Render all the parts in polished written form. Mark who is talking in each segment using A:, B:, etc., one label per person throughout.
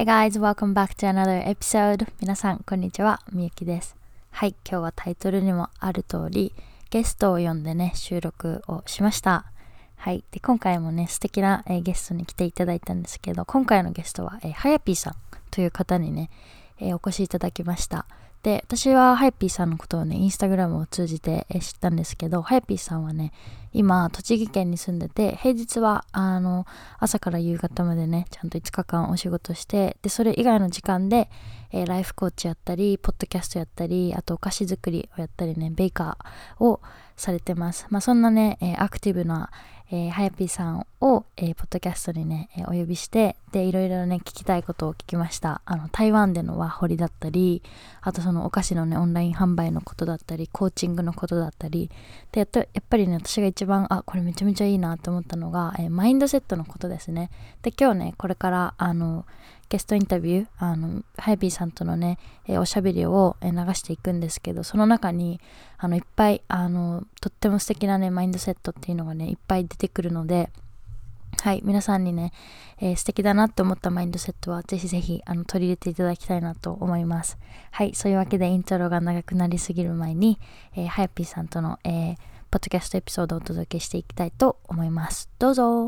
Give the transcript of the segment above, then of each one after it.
A: Hi guys, welcome back to another episode. 皆さん、こんにちは。みゆきです。はい、今日はタイトルにもある通り、ゲストを呼んでね、収録をしました。はい、で今回もね、素敵な、ゲストに来ていただいたんですけど、今回のゲストは、はやぴーさんという方にね、お越しいただきました。で、私ははやぴーさんのことをね、インスタグラムを通じて、知ったんですけど、はやぴーさんはね、今、栃木県に住んでて、平日は、朝から夕方までね、ちゃんと5日間お仕事して、で、それ以外の時間で、ライフコーチやったり、ポッドキャストやったり、あとお菓子作りをやったりね、ベイカーをされてます。まあ、そんなね、アクティブな、はやぴーさんを、ポッドキャストにね、お呼びして、で、いろいろね、聞きたいことを聞きました。台湾でのワーホリだったり、あとそのお菓子のね、オンライン販売のことだったり、コーチングのことだったり、で、やっぱりね、私が一番、これめちゃめちゃいいなと思ったのが、マインドセットのことですね。で、今日ね、これから、ゲストインタビュー、ハイビーさんとのね、おしゃべりを、流していくんですけど、その中に、いっぱい、とっても素敵なね、マインドセットっていうのがね、いっぱい出てくるので、はい、皆さんにね、素敵だなって思ったマインドセットはぜひぜひ取り入れていただきたいなと思います。はい、そういうわけでイントロが長くなりすぎる前に、はやぴーさんとの、ポッドキャストエピソードをお届けしていきたいと思います。どうぞ。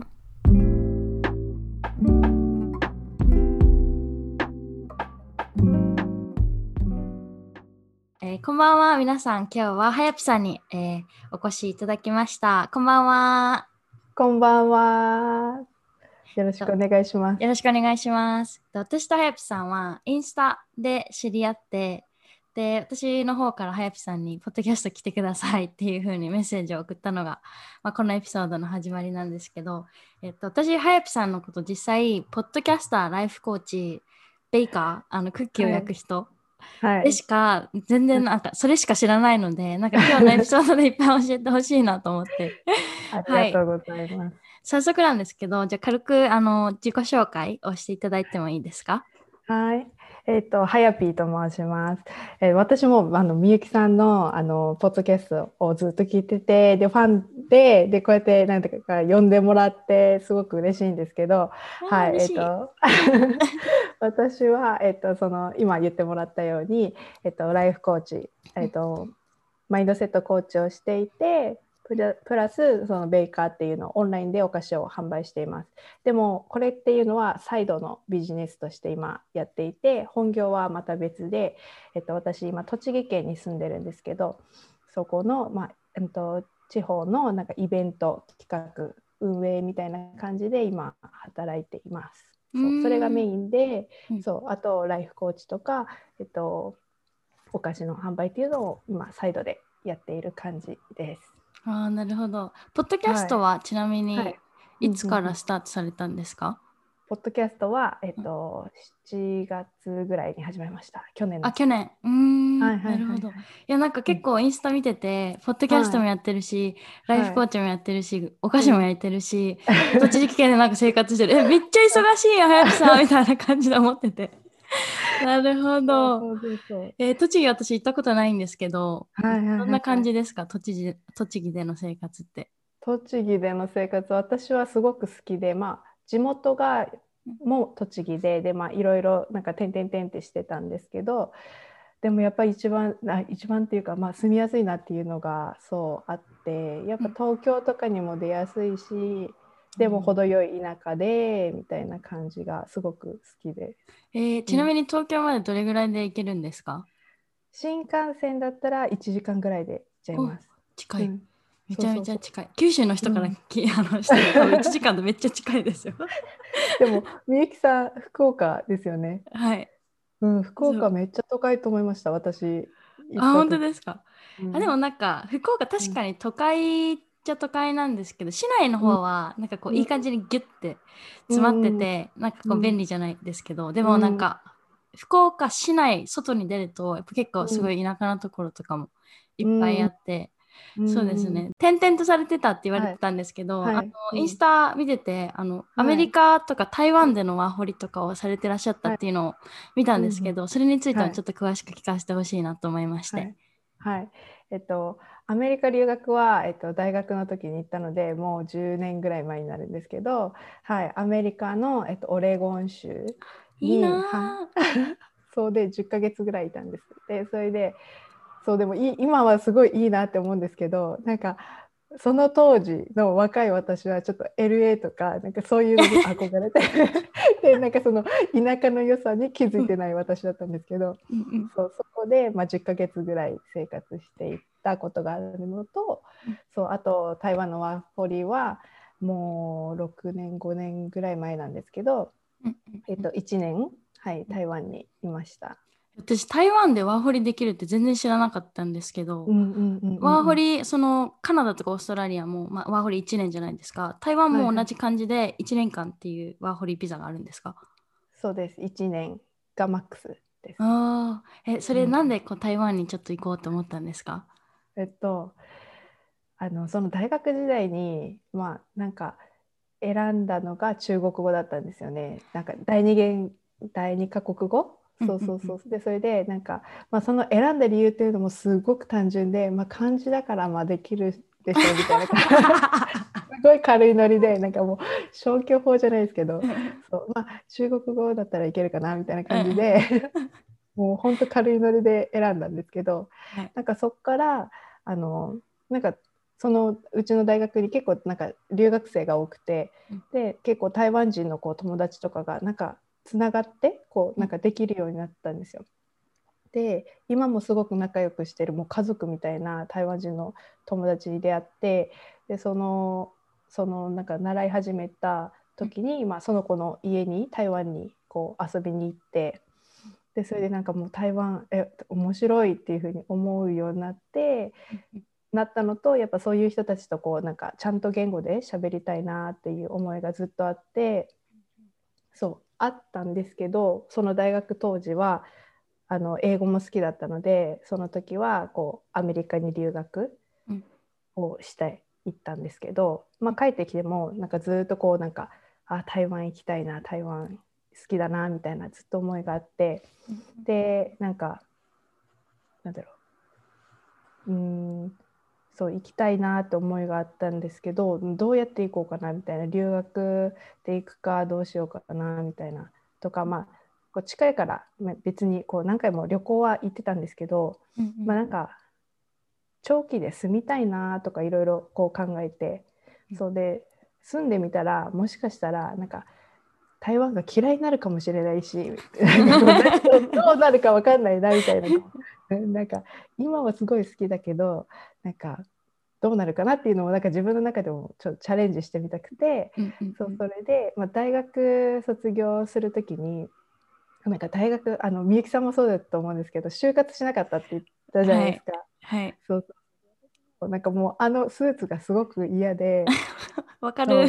A: こんばんは。皆さん、今日ははやぴさんに、お越しいただきました。こんばんは。
B: こんばんは。よろしくお願いします。
A: よろしくお願いします。私とはやぴさんはインスタで知り合って、で、私の方からはやぴさんにポッドキャスト来てくださいっていう風にメッセージを送ったのが、このエピソードの始まりなんですけど、私、はやぴさんのこと実際、ポッドキャスター、ライフコーチ、ベイカー、クッキーを焼く人、でしか全然なんかそれしか知らないので、なんか今日のエピソードでいっぱい教えてほしいなと思って
B: あり
A: はい、
B: がとうございます。
A: 早速なんですけど、じゃあ軽く自己紹介をしていただいてもいいですか？
B: はい。はやぴーと申します。私もみゆきさんのポッドキャストをずっと聞いてて、でファンでこうやってなんていうか呼んでもらってすごく嬉しいんですけど、はい。
A: 嬉しい。
B: 私はその今言ってもらったようにライフコーチマインドセットコーチをしていて。プラスそのベイカーっていうのをオンラインでお菓子を販売しています。でもこれっていうのはサイドのビジネスとして今やっていて、本業はまた別で、私今栃木県に住んでるんですけど、そこの、地方のなんかイベント企画運営みたいな感じで今働いています。それがメインで、あとライフコーチとか、お菓子の販売っていうのを今サイドでやっている感じです。
A: なるほど。ポッドキャストはちなみにいつからスタートされたんですか？
B: ポッドキャストは、7月ぐらいに始めました。去年の。
A: 去年。なるほど。いや、なんか結構インスタ見てて、ポッドキャストもやってるし、ライフコーチもやってるし、お菓子もやってるし、栃木県でなんか生活してる。めっちゃ忙しいよ、はやぴさんみたいな感じで思ってて。なるほど。栃木私行ったことないんですけど、どんな感じですか、栃木での生活って。
B: 栃木での生活、私はすごく好きで、地元がもう栃木で、いろいろなんか点々点ってしてたんですけど、でもやっぱり一番っていうか、住みやすいなっていうのがそうあって、やっぱ東京とかにも出やすいし、でも程よい田舎でみたいな感じがすごく好きです。
A: ちなみに東京までどれぐらいで行けるんですか？
B: 新幹線だったら1時間ぐらいで行っちゃいます。
A: 近い。めちゃめちゃ近い。九州の人からしたら多分1時間とめっちゃ近いですよ。
B: でも、みゆきさん、福岡ですよね。
A: はい。
B: 福岡めっちゃ都会と思いました、私。
A: 本当ですか？でも
B: ん、
A: なんか、福岡確かに都会っちゃ都会なんですけど、市内の方はなんかこういい感じにギュッて詰まってて、なんかこう便利じゃないですけど、でもなんか、福岡市内、外に出ると、やっぱ結構すごい田舎のところとかもいっぱいあって、そうですね。転々とされてたって言われてたんですけど、インスタ見てて、アメリカとか台湾でのワーホリとかをされてらっしゃったっていうのを見たんですけど、それについてはちょっと詳しく聞かせてほしいなと思いまして。
B: はい。アメリカ留学は、大学の時に行ったので、もう10年ぐらい前になるんですけど、はい、アメリカの、オレゴン州
A: いい
B: に
A: な
B: そうで10ヶ月ぐらいいたんです。でそれでそうでも今はすごいいいなって思うんですけど、なんかその当時の若い私はちょっと LA とかなんかそういうのに憧れてでなんかその田舎の良さに気づいてない私だったんですけど、
A: うんうん
B: そこで、10ヶ月ぐらい生活していったことがあるのと、あと台湾のワーホリはもう6年5年ぐらい前なんですけど、
A: うん
B: 1年、はい、台湾にいました。
A: 私、台湾でワーホリできるって全然知らなかったんですけど、
B: うんうんうんうんうん。
A: ワーホリ、カナダとかオーストラリアも、ワーホリ1年じゃないですか。台湾
B: はいはい。
A: も同じ感じで1年間っていうワーホリビザがあるんですか？
B: そうです。1年がマックスです。
A: ああ、そ
B: うん、
A: れなんで台湾にちょっと行こうと思ったんですか？
B: えっと、その大学時代に、なんか選んだのが中国語だったんですよね。なんか第二カ国語。
A: うん
B: そう
A: うんうん。
B: そうそう。で、それでなんか、その選んだ理由っていうのもすごく単純で、漢字だからできるでしょうみたいなすごい軽いノリで、なんかもう消去法じゃないですけど、中国語だったらいけるかなみたいな感じで、もう本当軽いノリで選んだんですけど、
A: はい。
B: なんかそこからあのなんかそのうちの大学に結構なんか留学生が多くて、
A: うん
B: で結構台湾人の友達とかがなんかつながってなんかできるようになったんですよ。で今もすごく仲良くしてるもう家族みたいな台湾人の友達に出会って、でそのなんか習い始めた時に、その子の家に台湾に遊びに行って、でそれでなんかもう台湾面白いっていう風に思うようになったのと、やっぱそういう人たちとなんかちゃんと言語で喋りたいなっていう思いがずっとあって、そうあったんですけど、その大学当時は英語も好きだったので、その時はアメリカに留学
A: うん
B: をして行ったんですけど、帰ってきてもなんかずっとなんか台湾行きたいな、台湾好きだなみたいなずっと思いがあって、でなんかなんだろう、そう行きたいなって思いがあったんですけど、どうやって行こうかなみたいな、留学で行くかどうしようかなみたいなとか、近いから別に何回も旅行は行ってたんですけど、
A: うん
B: なんか長期で住みたいなとかいろいろ考えて、そうで住んでみたらもしかしたらなんか台湾が嫌いになるかもしれないし、なんかどうなるか分かんないなみたいな、なんか今はすごい好きだけど、なんかどうなるかなっていうのをなんか自分の中でもちょっとチャレンジしてみたくて、
A: うんうんうん。
B: それで、大学卒業するときに、なんか大学みゆきさんもそうだと思うんですけど、就活しなかったって言ったじゃない
A: はい。
B: ですか。
A: はい。
B: そうそう、なんかもうスーツがすごく嫌で、
A: わかる。
B: そう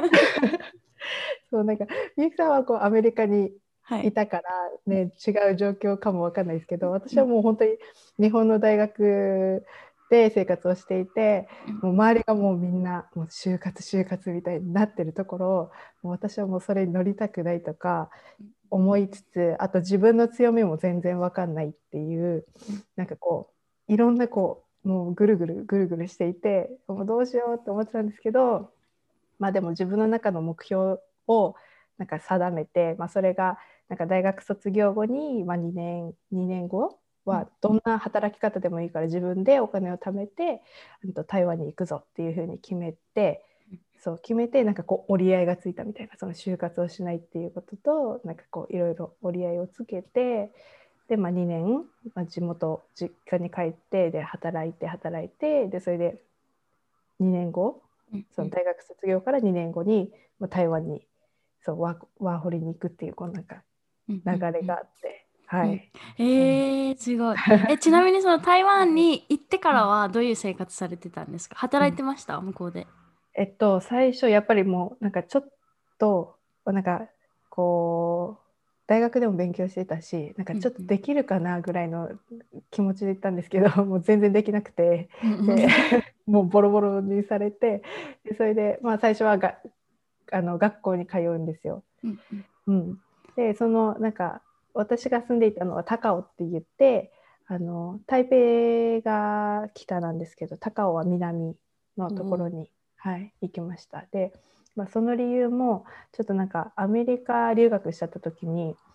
B: そうなんかみゆきさんはアメリカに
A: はい。
B: いたから、ね、違う状況かもわかんないですけど、私
A: うん
B: はもう本当に日本の大学で生活をしていて、
A: うん
B: もう周りがもうみんなもう就活みたいになってるところを、もう私はもうそれに乗りたくないとか思いつつ、あと自分の強みも全然わかんないっていう、
A: うん
B: なんかいろんなもうぐるぐるぐるぐるしていて、もうどうしようって思ってたんですけど、でも自分の中の目標をなんか定めて、それがなんか大学卒業後に、2年後
A: うん
B: はどんな働き方でもいいから自分でお金を貯めて台湾に行くぞっていうふうに決めて、そう決めてなんか折り合いがついたみたいな、その就活をしないっていうこととなんかいろいろ折り合いをつけて、で、2年、実家に帰ってで働いてでそれで2年後、
A: うんうん
B: その大学卒業から2年後に台湾にワーホリに行くっていうなんか
A: うん
B: 流れが
A: うん
B: あって、
A: うん。
B: はい。うん、
A: すごい。ちなみにその台湾
B: はい。
A: に行ってか
B: うん
A: らはどういう生活されてたんですか？
B: うん、
A: 働いてました向こうで。
B: 最初やっぱりもうなんかちょっとなんか大学でも勉強してたし、なんかちょっと
A: うんうん
B: できるかなぐらいの気持ちで行ったんですけど、もう全然できなくて、
A: うんうん
B: でもうボロボロにされて、でそれで最初は学校に通うんですよ。
A: うんうん
B: うん、でなんか私が住んでいたのは高雄って言って、台北が北なんですけど、高雄は南の
A: お
B: ところ
A: ー
B: に、はい、行きました。で、その理由もちょっとなんかアメリカ留学しちゃった時に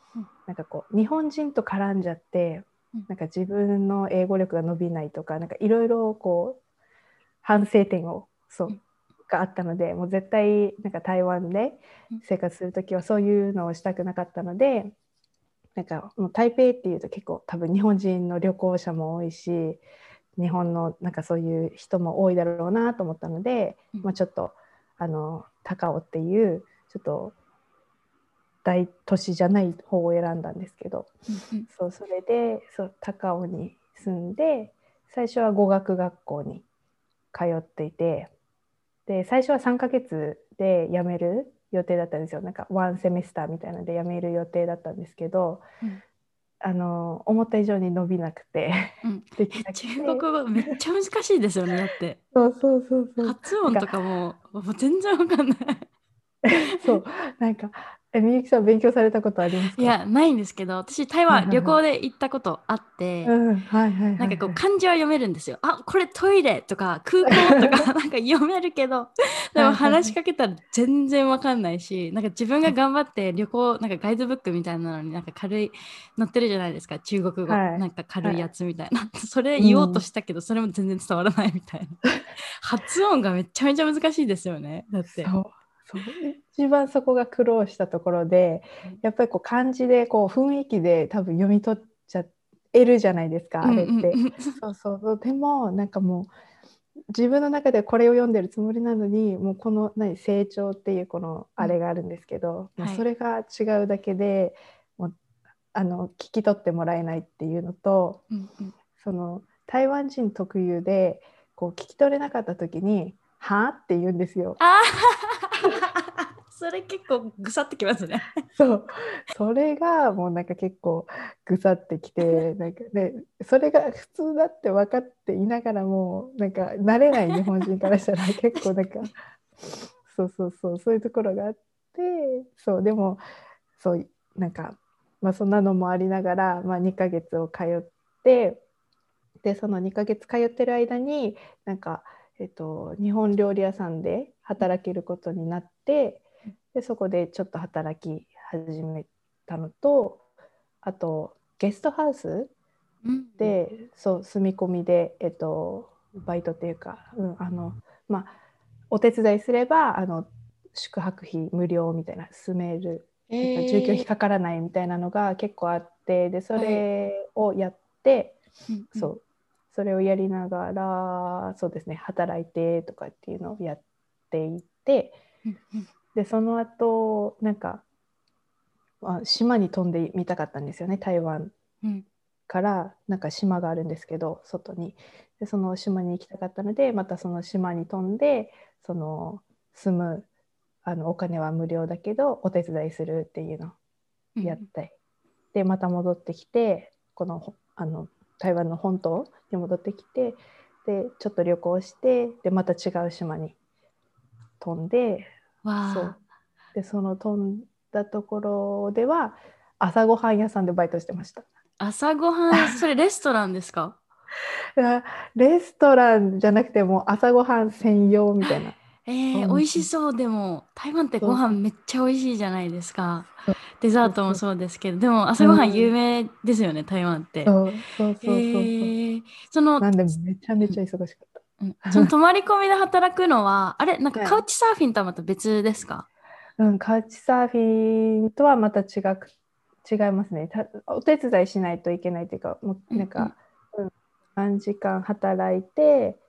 B: なんかこう日本人と絡んじゃってなんか自分の英語力が伸びないとかなんかいろいろこう反省点があったのでもう絶対なんか台湾で生活するときはそういうのをしたくなかったのでなんかもう台北っていうと結構多分日本人の旅行者も多いし日本のなんかそういう人も多いだろうなと思ったので、まあ、ちょっと高雄っていうちょっと大都市じゃない方を選んだんですけど、それで高雄に住んで最初は語学学校に通っていてで最初は3ヶ月で辞める予定だったんですよ。なんかワンセメスターみたいなので辞める予定だったんですけど、思った以上に伸びなくてできなくて
A: 中国語めっちゃ難しいですよね。だって
B: そう
A: 発音とかもう全然わかんない
B: そうなんかみゆきさん勉強されたことありますか？
A: いやないんですけど、私台湾旅行で行ったことあって、なんかこう漢字は読めるんですよ。あ、これトイレとか空港とかなんか読めるけど、でも話しかけたら全然わかんないし、なんか自分が頑張って旅行なんかガイドブックみたいなのになんか軽い載ってるじゃないですか、中国語なんか軽いやつみたいな、それ言おうとしたけどそれも全然伝わらないみたいな。発音がめちゃめちゃ難しいですよね。だって
B: そう一番そこが苦労したところでやっぱりこう漢字でこう雰囲気で多分読み取っちゃえるじゃないですか、あれって。でもなんかもう自分の中でこれを読んでるつもりなのにもうこの成長っていうこのあれがあるんですけど、もうそれが違うだけでもう聞き取ってもらえないっていうのと、その台湾人特有でこう聞き取れなかった時に「はあ?」って言うんですよ。
A: それ結構ぐさってきますね。
B: それがもうなんか結構ぐさってきてなんか、ね、それが普通だって分かっていながらもなんか慣れない日本人からしたら結構なんかそういうところがあってでもなんか、まあ、そんなのもありながら、まあ、2ヶ月を通ってでその2ヶ月通ってる間になんか、日本料理屋さんで働けることになってでそこでちょっと働き始めたのとあとゲストハウスで、住み込みで、バイトっていうか、まあ、お手伝いすれば宿泊費無料みたいな住めるなんか住居費かからないみたいなのが結構あってでそれをやって、それをやりながらそうですね働いてとかっていうのをやっていてでその後なんか、島に飛んでみたかったんですよね。台湾からなんか島があるんですけど外にでその島に行きたかったのでまたその島に飛んで住むお金は無料だけどお手伝いするっていうのをやって、でまた戻ってきてこの台湾の本島に戻ってきてでちょっと旅行してでまた違う島に飛んででその飛んだところでは朝ごはん屋さんでバイトしてました。
A: 朝ごはん、それレストランですか？
B: レストランじゃなくても朝ごはん専用みたいな。
A: 美味しそう。でも台湾ってご飯めっちゃ美味しいじゃないですか。デザートもそうですけど、でも朝ごはん有名ですよね、台湾って。
B: なんでめちゃめちゃ忙しかっ
A: た。その泊まり込みで働くのは、あれ、なんかカウチサーフィンとはまた別ですか？
B: カウチサーフィンとはまた違いますね。お手伝いしないといけないというか、もうなんか、何時間働いて、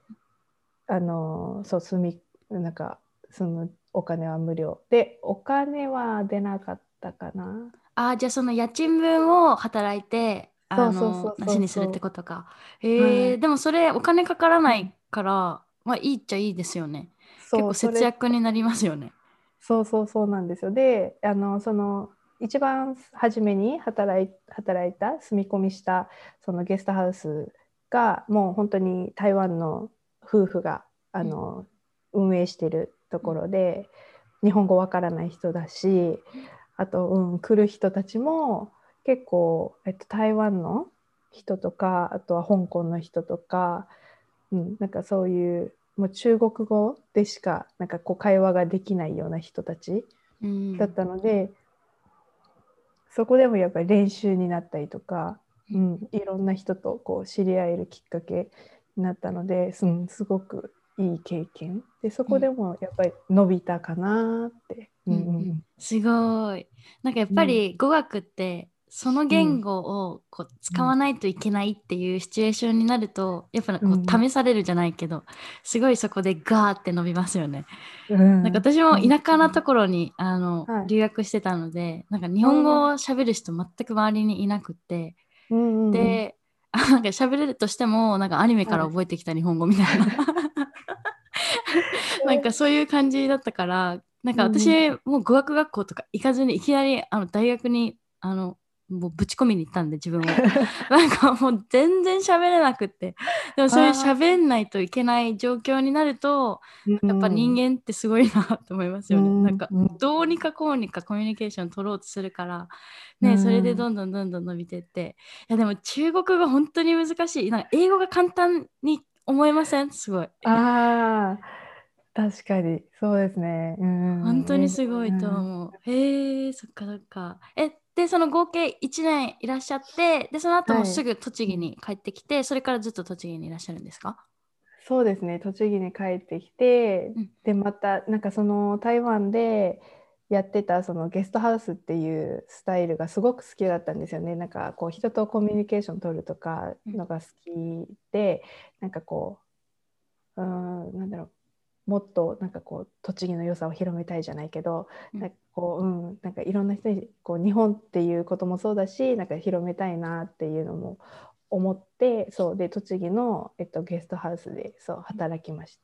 B: なんか住むお金は無料で、お金は出なかったかな。
A: じゃあその家賃分を働いて、なしにするってことか。でもそれお金かからないから、まあいいっちゃいいですよね。結構節約になりますよね。
B: そうなんですよ。で、一番初めに働いた住み込みしたそのゲストハウスがもう本当に台湾の夫婦が運営してるところで、日本語わからない人だしあと、来る人たちも結構、台湾の人とかあとは香港の人とか、なんかそういうもう中国語でしかなんかこう会話ができないような人たちだったので、 そこでもやっぱり練習になったりとか、いろんな人とこう知り合えるきっかけになったので、すごくいい経験で、そこでもやっぱり伸びたかなって。
A: すごい。なんかやっぱり語学ってその言語をこう使わないといけないっていうシチュエーションになると、やっぱこう試されるじゃないけど、すごいそこでガーって伸びますよね。なんか私も田舎なところに留学してたので、なんか日本語を喋る人全く周りにいなくって、で、なんか喋れるとしてもなんかアニメから覚えてきた日本語みたいななんかそういう感じだったから、なんか私もう語学学校とか行かずにいきなり大学にもうぶち込みに行ったんで自分をなんかもう全然喋れなくって、でもそういう喋んないといけない状況になるとやっぱ人間ってすごいなと思いますよね。なんかどうにかこうにかコミュニケーション取ろうとするからね、それでどんどん伸びてって、いやでも中国語本当に難しい。なんか英語が簡単に思えません？すごい。
B: 確かにそうですね。
A: 本当にすごいと思う。へえ、そっかそっか。で、その合計1年いらっしゃって、で、その後もすぐ栃木に帰ってきて、それからずっと栃木にいらっしゃるんですか？
B: そうですね、栃木に帰ってきて、でまたなんかその台湾でやってたそのゲストハウスっていうスタイルがすごく好きだったんですよね。なんかこう人とコミュニケーション取るとかのが好きで、なんかこう、なんだろう、もっとなんかこう栃木の良さを広めたいじゃないけど、なんかこう、なんかいろんな人にこう日本っていうこともそうだし、なんか広めたいなっていうのも思って、そうで栃木の、ゲストハウスでそう働きました。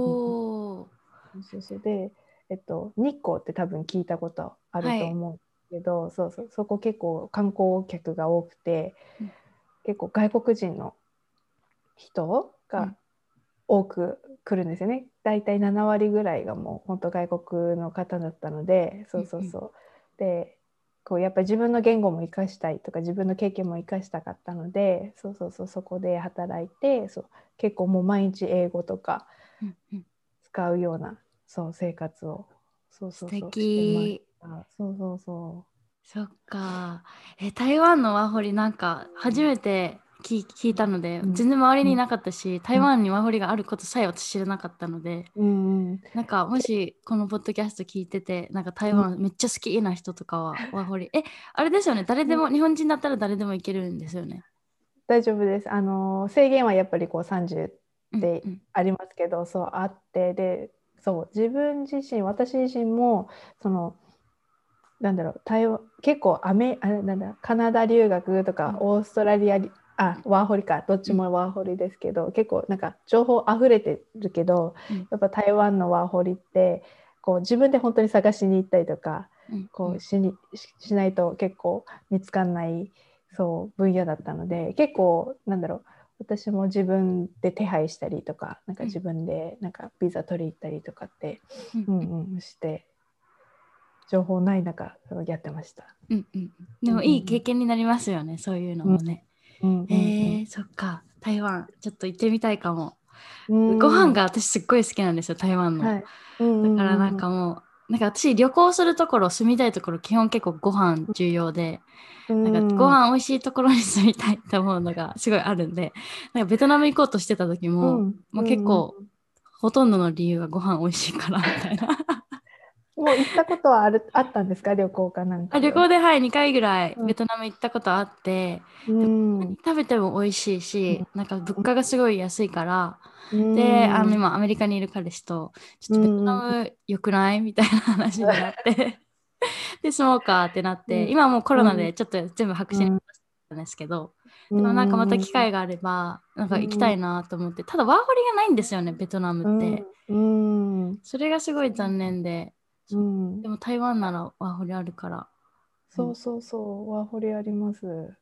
B: で、日光って多分聞いたことあると思うけど、そこ結構観光客が多くて、結構外国人の人が多く来るんですよね。だいたい7割ぐらいがもう本当外国の方だったので、でこうやっぱり自分の言語も生かしたいとか自分の経験も生かしたかったので、そこで働いて、結構もう毎日英語とか使うような生活を
A: 素敵
B: してました。
A: そっか。台湾のワーホリなんか初めて聞いたので、全然周りにいなかったし、台湾にワーホリがあることさえ私知らなかったので、なんかもしこのポッドキャスト聞いてて、なんか台湾めっちゃ好きな人とかはワーホリ、あれですよね、誰でも、日本人だったら誰でも行けるんですよね。
B: 大丈夫です。制限はやっぱりこう30でありますけど、あって、で自分自身、私自身もなんだろう、結構カナダ留学とかオーストラリアワーホリか、どっちもワーホリですけど、結構なんか情報あふれてるけど、やっぱ台湾のワーホリってこう自分で本当に探しに行ったりとか、こうしないと結構見つかんない分野だったので、結構なんだろう、私も自分で手配したりとか、なんか自分でなんかビザ取り行ったりとかってして。情報ない中やってました。
A: でもいい経験になりますよね、そういうのもね。そっか、台湾ちょっと行ってみたいかも。ご飯が私すっごい好きなんですよ、台湾の。だからなんかもう、なんか私旅行するところ、住みたいところ基本結構ご飯重要で、なんかご飯美味しいところに住みたいって思うのがすごいあるんで、なんかベトナム行こうとしてた時も、もう結構ほとんどの理由がご飯美味しいからみたいな。
B: もう行ったことはあったんですか、旅行かなんかで。
A: 旅行で2回ぐらいベトナム行ったことあって、何食べても美味しいし、なんか物価がすごい安いから、で、今アメリカにいる彼氏と、ちょっとベトナム良くないみたいな話になって、で、住もうかってなって、今はもうコロナでちょっと全部白紙になったんですけど、でもなんかまた機会があれば、なんか行きたいなと思って、ただワーホリがないんですよね、ベトナムって。それがすごい残念で、でも台湾ならワーホリあるから。
B: ワーホリあります。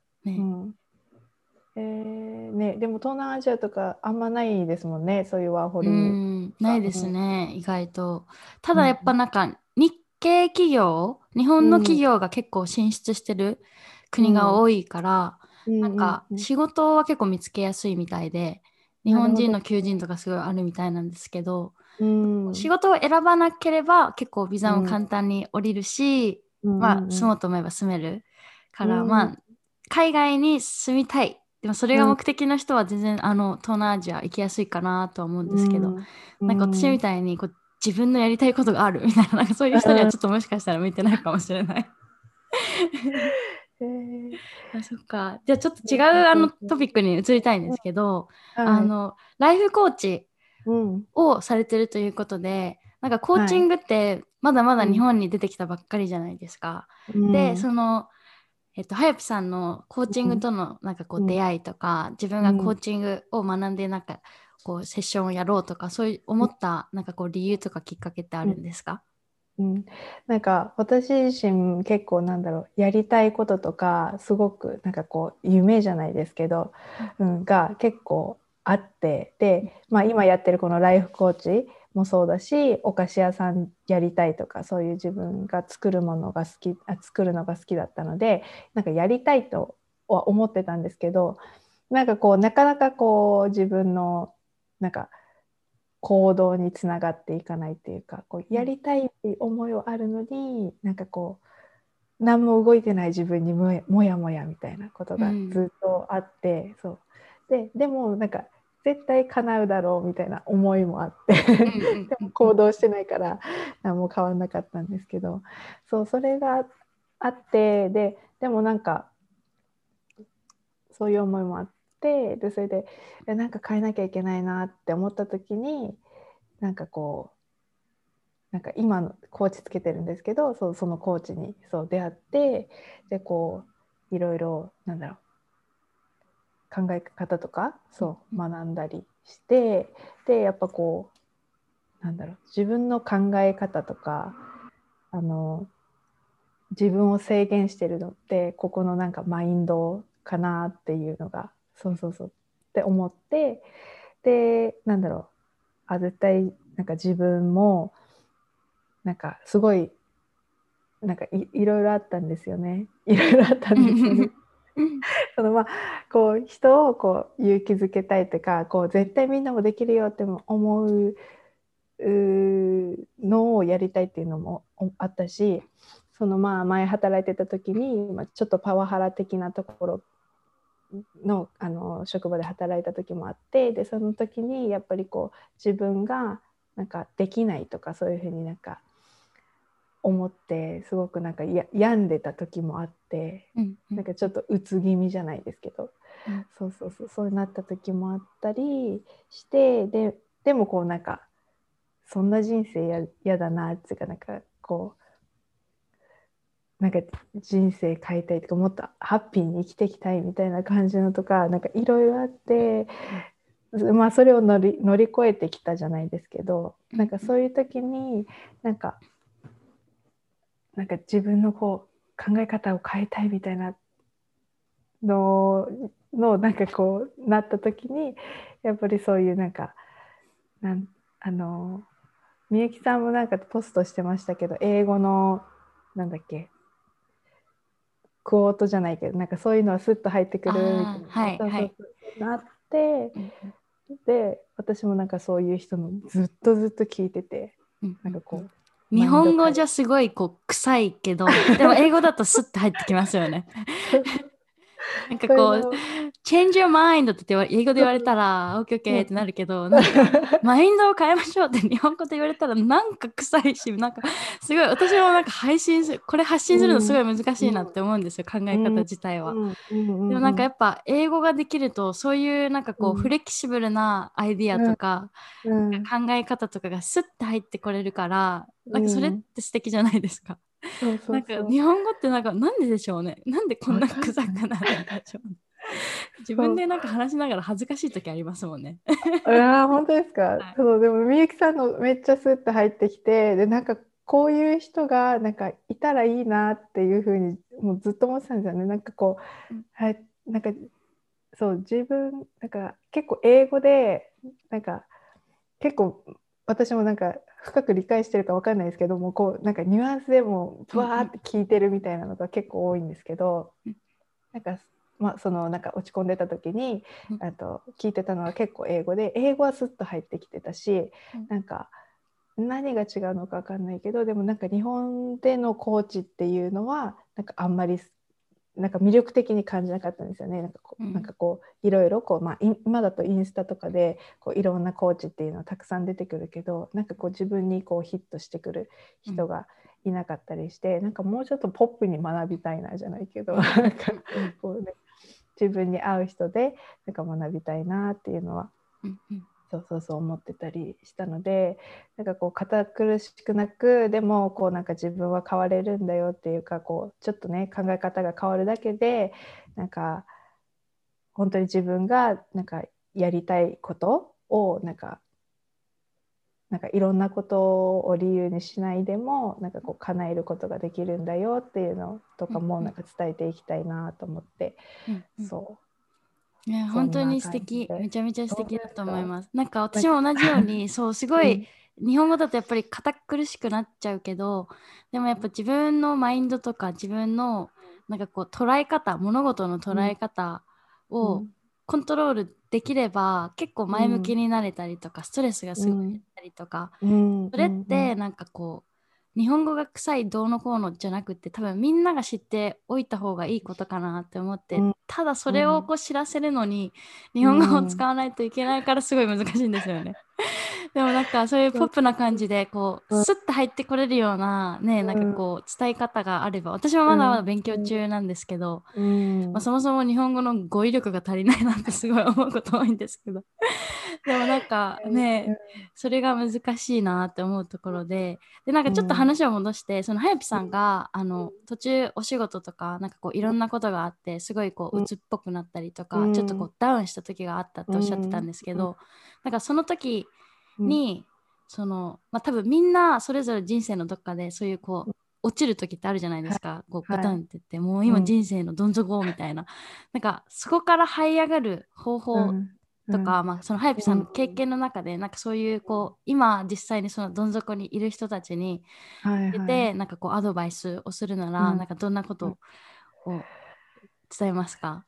B: でも東南アジアとかあんまないですもんね、そういうワーホリ。
A: ないですね、意外と。ただやっぱなんか日系企業、日本の企業が結構進出してる国が多いから、なんか仕事は結構見つけやすいみたいで、日本人の求人とかすごいあるみたいなんですけど、仕事を選ばなければ結構ビザも簡単に降りるし、 まあ住もうと思えば住めるから、まあ海外に住みたい。でもそれが目的の人は全然東南アジア行きやすいかなとは思うんですけど、なんか私みたいにこう自分のやりたいことがあるみたいな、なんかそういう人にはちょっともしかしたら向いてないかもしれない。あ、そっか。じゃあちょっと違うトピックに移りたいんですけど、ライフコーチをされてるということで、なんかコーチングってまだまだ日本に出てきたばっかりじゃないですか。で、はやぴさんのコーチングとのなんかこう出会いとか、自分がコーチングを学んでなんかこうセッションをやろうとか、そういう思ったなんかこう理由とかきっかけってあるんですか？
B: なんか私自身結構なんだろう、やりたいこととかすごくなんかこう夢じゃないですけど、が結構あって、で、まあ、今やってるこのライフコーチもそうだし、お菓子屋さんやりたいとか、そういう自分が作るものが作るのが好きだったので、なんかやりたいとは思ってたんですけど、なんかこうなかなかこう自分のなんか行動につながっていかないっていうか、こうやりたいっていう思いはあるのに、なんかこう何も動いてない自分にもやもやみたいなことがずっとあって、でもなんか絶対叶うだろうみたいな思いもあってでも行動してないから何も変わんなかったんですけど、それがあって、でもなんかそういう思いもあって、でそれでなんか変えなきゃいけないなって思った時に、なんかこうなんか今のコーチつけてるんですけど、そのコーチに出会って、でこういろいろなんだろう、考え方とか学んだりして、でやっぱこうなんだろう、自分の考え方とか自分を制限してるのってここのなんかマインドかなっていうのがって思って、でなんだろう、絶対なんか自分もなんかすごいなんかいろいろあったんですよね。いろいろあったんですよね。まあこう人をこう勇気づけたいとか、こう絶対みんなもできるよって思うのをやりたいっていうのもあったし、まあ前働いてた時に、ちょっとパワハラ的なところの職場で働いた時もあって、でその時にやっぱりこう自分がなんかできないとか、そういうふうになんか思ってすごくなんか病んでた時もあって、なんかちょっとうつ気味じゃないですけど、そうなった時もあったりして、でもこうなんかそんな人生嫌だなっていうか、なんかこうなんか人生変えたいとか、もっとハッピーに生きていきたいみたいな感じのとか、なんかいろいろあって、まあそれを乗り越えてきたじゃないですけど、なんかそういう時になんか自分のこう考え方を変えたいみたいなのなんかこうなった時に、やっぱりそういうなんかみゆきさんもなんかポストしてましたけど、英語のなんだっけ、クオートじゃないけど、なんかそういうのはスッと入ってくるみたいな、なって、で私もなんかそういう人のずっと聞いてて、なんかこう
A: 日本語じゃすごいこう臭いけど、でも英語だとスッて入ってきますよね。なんかこう、change your mind って英語で言われたら、OK, OK ってなるけど、なんか、マインドを変えましょうって日本語で言われたら、なんか臭いし、なんか、すごい、私もなんかこれ発信するのすごい難しいなって思うんですよ、考え方自体は。でもなんかやっぱ、英語ができると、そういうなんかこう、フレキシブルなアイディアとか、考え方とかがスッて入ってこれるから、なんかそれって素敵じゃないですか。なんか日本語ってなんででしょうね。なんでこんな臭くなるんでしょうね。自分でなんか話しながら恥ずかしい時ありますもんね。
B: 本当ですか。でもみゆきさんのめっちゃスッと入ってきて、でなんかこういう人がなんかいたらいいなっていうふうにもうずっと思ってたんですよね。なんかこう、はい、なんか自分なんか結構英語でなんか結構私もなんか深く理解してるか分かんないですけども、こうなんかニュアンスでもブワーって聞いてるみたいなのが結構多いんですけど、なんかなんか落ち込んでた時に聞いてたのは結構英語で、英語はスッと入ってきてたし、なんか何が違うのか分かんないけど、でもなんか日本でのコーチっていうのはなんかあんまりなんか魅力的に感じなかったんですよね。なんかこういろいろこう、まあ、今だとインスタとかでこういろんなコーチっていうのたくさん出てくるけど、なんかこう自分にこうヒットしてくる人がいなかったりして、なんかもうちょっとポップに学びたいなじゃないけど、なんかこう、ね、自分に合う人でなんか学びたいなっていうのは、そう思ってたりしたので、なんかこう堅苦しくなく、でもこうなんか自分は変われるんだよっていうか、こうちょっとね考え方が変わるだけでなんか本当に自分がなんかやりたいことをなんかいろんなことを理由にしないでもなんかこう叶えることができるんだよっていうのとかもなんか伝えていきたいなと思って、そう、
A: ね、本当に素敵。めちゃめちゃ素敵だと思います。なんか私も同じように、そう、すごい、日本語だとやっぱり堅苦しくなっちゃうけど、でもやっぱ自分のマインドとか自分のなんかこう捉え方、物事の捉え方をコントロールできれば、結構前向きになれたりとか、ストレスがすごい減ったりとか、それってなんかこう、日本語が臭いどうのこうのじゃなくて、多分みんなが知っておいた方がいいことかなって思って、ただそれをこう知らせるのに日本語を使わないといけないからすごい難しいんですよね。でもなんかそういうポップな感じでこうスッと入ってこれるようなね、なんかこう伝え方があれば、私もまだまだ勉強中なんですけど、まあ、そもそも日本語の語彙力が足りないなってすごい思うこと多いんですけど、でもなんかね、それが難しいなって思うところで、なんかちょっと話を戻して、そのはやぴさんが途中お仕事とかなんかこういろんなことがあってすごいこう鬱っぽくなったりとか、ちょっとこうダウンした時があったっておっしゃってたんですけど、なんかその時にまあ、多分みんなそれぞれ人生のどっかでそういうこう落ちる時ってあるじゃないですか、こうガタンって言ってもう今人生のどん底みたいな、なんかそこから這い上がる方法とか、まあ、そのはやぴさんの経験の中でなんかそういうこう今実際にそのどん底にいる人たちに出てなんかこうアドバイスをするなら、なんかどんなことを伝えますか？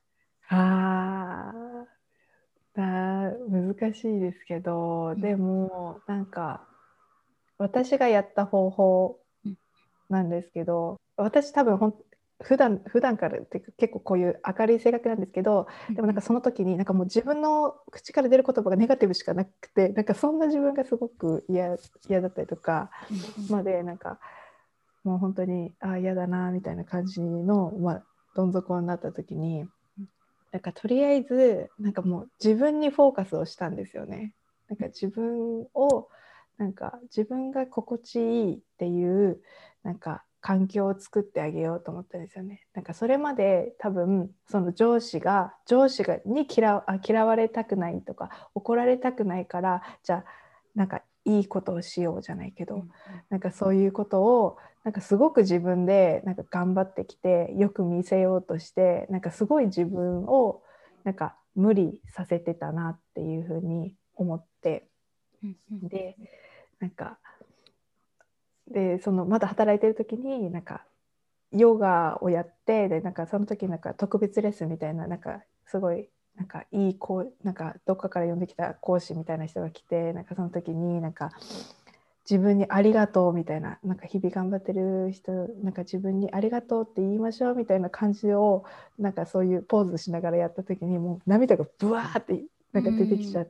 B: 難しいですけど、でもなんか私がやった方法なんですけど、私多分普段からって結構こういう明るい性格なんですけど、でもなんかその時になんかもう自分の口から出る言葉がネガティブしかなくて、なんかそんな自分がすごく嫌だったりとかまで、なんかもう本当に嫌だなみたいな感じの、まあ、どん底になった時に、なんかとりあえずなんかもう自分にフォーカスをしたんですよね。なんか自分が心地いいっていうなんか環境を作ってあげようと思ったんですよね。なんかそれまで多分その上司に嫌われたくないとか怒られたくないから、じゃあなんかいいことをしようじゃないけど、なんかそういうことをなんかすごく自分でなんか頑張ってきてよく見せようとして、なんかすごい自分をなんか無理させてたなっていうふうに思って、でなんかそのまだ働いてる時になんかヨガをやって、でなんかその時なんか特別レッスンみたいな、なんかすごいなんかなんかどっかから呼んできた講師みたいな人が来て、なんかその時になんか自分にありがとうみたいな、なんか日々頑張ってる人なんか自分にありがとうって言いましょうみたいな感じをなんかそういうポーズしながらやった時にもう涙がブワーってなんか出てきちゃって、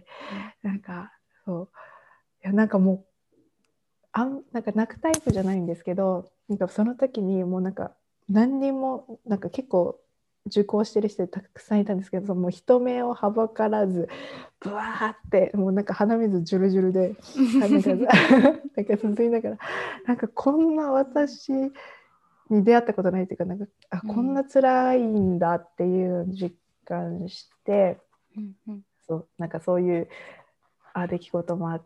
B: なんかそういやなんかもうなんか泣くタイプじゃないんですけど、なんかその時にもうなんか何人もなんか結構受講してる人たくさんいたんですけど、もう人目をはばからずブワーってもうなんか鼻水ジュルジュルでなんかなんか続いながら、なんかこんな私に出会ったことないっていうか、なんかこんな辛いんだっていう実感して、そうなんかそういう出来事もあって、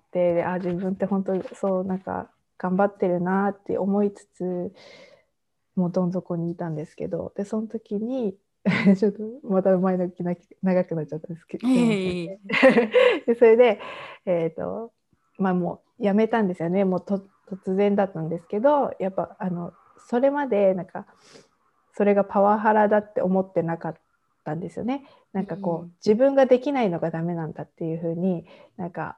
B: 自分って本当にそうなんか頑張ってるなって思いつつ、もうどん底にいたんですけど、でその時にちょっとまた前のき長くなっちゃったんですけど、すいませんね。でそれでまあもうやめたんですよね。もう突然だったんですけど、やっぱそれまでなんかそれがパワハラだって思ってなかったんですよね。なんかこう自分ができないのがダメなんだっていうふうになんか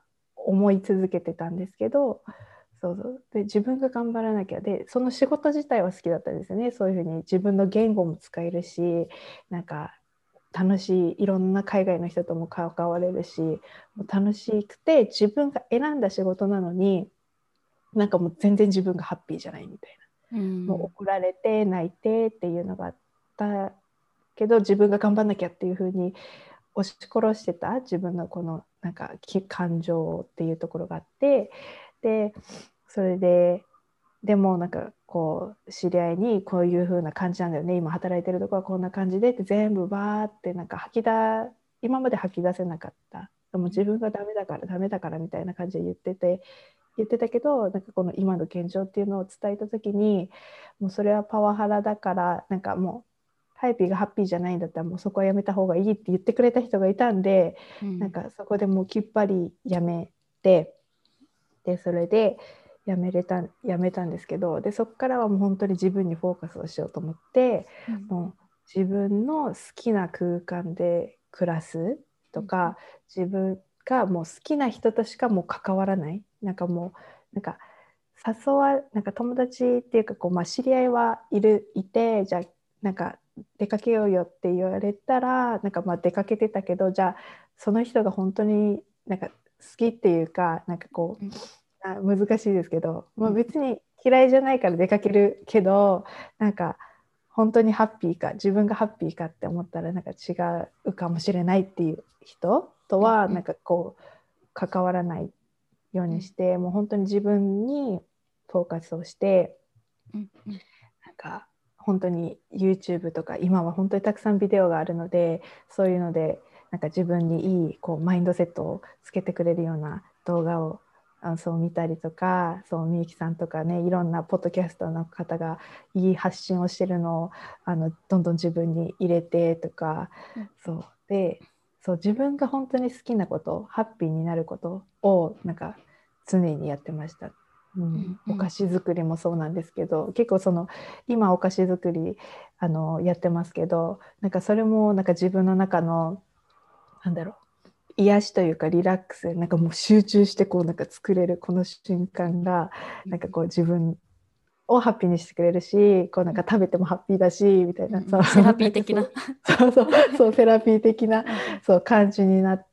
B: 思い続けてたんですけど、そうそうで自分が頑張らなきゃで、その仕事自体は好きだったんですよね。そういうふうに自分の言語も使えるし、なんか楽しい、いろんな海外の人とも関われるし、もう楽しくて自分が選んだ仕事なのに、なんかもう全然自分がハッピーじゃないみたいな、もう怒られて泣いてっていうのがあったけど、自分が頑張んなきゃっていうふうに押し殺してた自分のこのなんか感情っていうところがあって、でそれでもなんかこう知り合いにこういう風な感じなんだよね、今働いてるとこはこんな感じでって全部バーってなんか今まで吐き出せなかった、でも自分がダメだからダメだからみたいな感じで言ってたけど、なんかこの今の現状っていうのを伝えた時に、もうそれはパワハラだから、なんかもうハイピーがハッピーじゃないんだったらもうそこはやめた方がいいって言ってくれた人がいたんで、なんかそこでもうきっぱりやめて、でそれでやめたんですけど、でそこからはもう本当に自分にフォーカスをしようと思って、もう自分の好きな空間で暮らすとか、自分がもう好きな人としかもう関わらない、なんかもうなんかなんか友達っていうかこう、知り合いいて、じゃあなんか出かけようよって言われたら、なんか出かけてたけど、じゃあその人が本当になんか好きっていうか、なんかこう、難しいですけど、別に嫌いじゃないから出かけるけど、なんか本当にハッピーか、自分がハッピーかって思ったらなんか違うかもしれないっていう人とはなんかこう関わらないようにして、もう本当に自分にフォーカスをして、なんか本当に YouTube とか今は本当にたくさんビデオがあるので、そういうのでなんか自分にいいこうマインドセットをつけてくれるような動画をそう見たりとか、そうみゆきさんとかね、いろんなポッドキャストの方がいい発信をしてるのをどんどん自分に入れてとか、そう自分が本当に好きなこと、ハッピーになることをなんか常にやってました。お菓子作りもそうなんですけど、結構今お菓子作りやってますけど、なんかそれもなんか自分の中の癒しというかリラックス、なんかもう集中してこうなんか作れるこの瞬間がなんかこう自分をハッピーにしてくれるし、こうなんか食べてもハッピーだしみたいな、
A: セラピー的な
B: そうセラピー的なそう感じになって、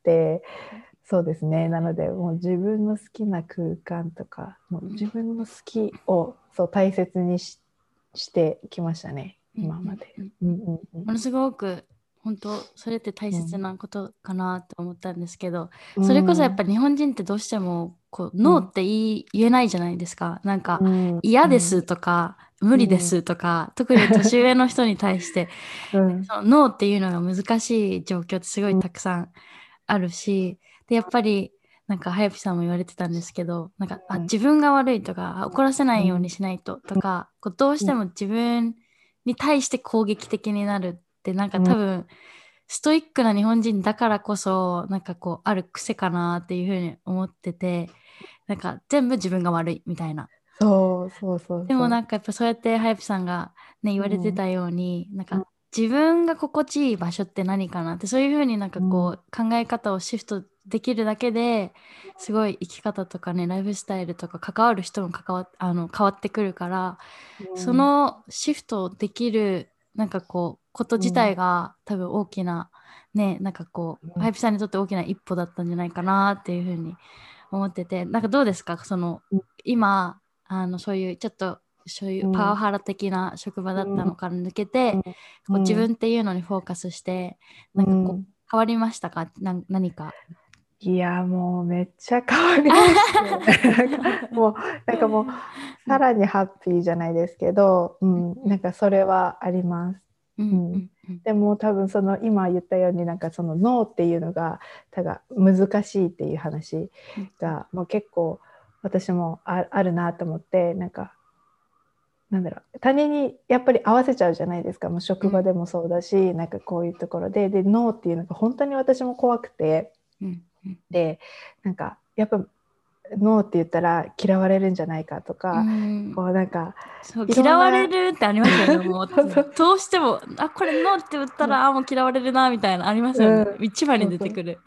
B: そうですね。なのでもう自分の好きな空間とか、もう自分の好きをそう大切にしてきましたね、今まで。
A: ものすごく本当それって大切なことかなと思ったんですけど、それこそやっぱり日本人ってどうしてもこうノーって言えないじゃないですか。なんか嫌ですとか無理ですとか、特に年上の人に対してそのノーっていうのが難しい状況ってすごいたくさんあるし、でやっぱりなんかはやぴさんも言われてたんですけど、なんか自分が悪いとか怒らせないようにしないととか、こうどうしても自分に対して攻撃的になるってなんか多分ストイックな日本人だからこそなんかこうある癖かなっていうふうに思ってて、なんか全部自分が悪いみたいな。でもなんかやっぱそうやってはやぴさんがね言われてたように、なんか自分が心地いい場所って何かなって、そういうふうになんかこう考え方をシフトできるだけですごい生き方とかねライフスタイルとか関わる人も変わってくるから、そのシフトできるなんかこうこと自体が多分大きなね、なんかこうはやぴさんにとって大きな一歩だったんじゃないかなっていうふうに思ってて、なんかどうですか今そういうちょっとそういうパワハラ的な職場だったのから抜けて、こう自分っていうのにフォーカスしてなんかこう変わりましたか？何か。
B: いやもうめっちゃ変わりましたよね。なんかもうさらにハッピーじゃないですけど、なんかそれはあります。でも多分今言ったようになんかそのノーっていうのが難しいっていう話がもう結構私もあるなと思って、なんか他人にやっぱり合わせちゃうじゃないですか。もう職場でもそうだし、なんかこういうところでノーっていうのが本当に私も怖くて、でなんかやっぱノーって言ったら嫌われるんじゃないかとか、こうなんか
A: そう嫌われるってありますよね。もうどうしてもこれノーって言ったらもう嫌われるなみたいなありますよね。一番に出てくる。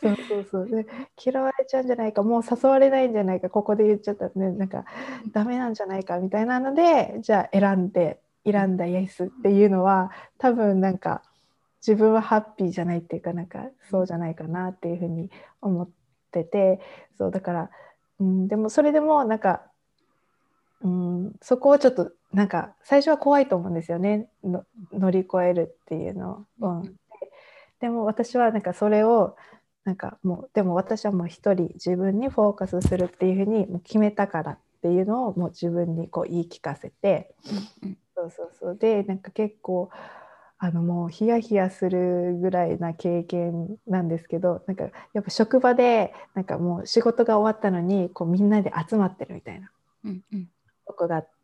B: そうそうそう。で、嫌われちゃうんじゃないか、もう誘われないんじゃないか、ここで言っちゃったらね、なんかダメなんじゃないかみたいなので、じゃあ選んだイエスっていうのは、多分なんか自分はハッピーじゃないっていうか、なんかそうじゃないかなっていうふうに思ってて、そうだから、でもそれでもなんか、そこをちょっとなんか最初は怖いと思うんですよね、乗り越えるっていうのを。でも私はなんかそれをなんかもうでも私はもう一人自分にフォーカスするっていうふうにもう決めたからっていうのをもう自分にこう言い聞かせて、そうそうそうでなんか結構もうヒヤヒヤするぐらいな経験なんですけど、なんかやっぱ職場でなんかもう仕事が終わったのにこうみんなで集まってるみたいなとこが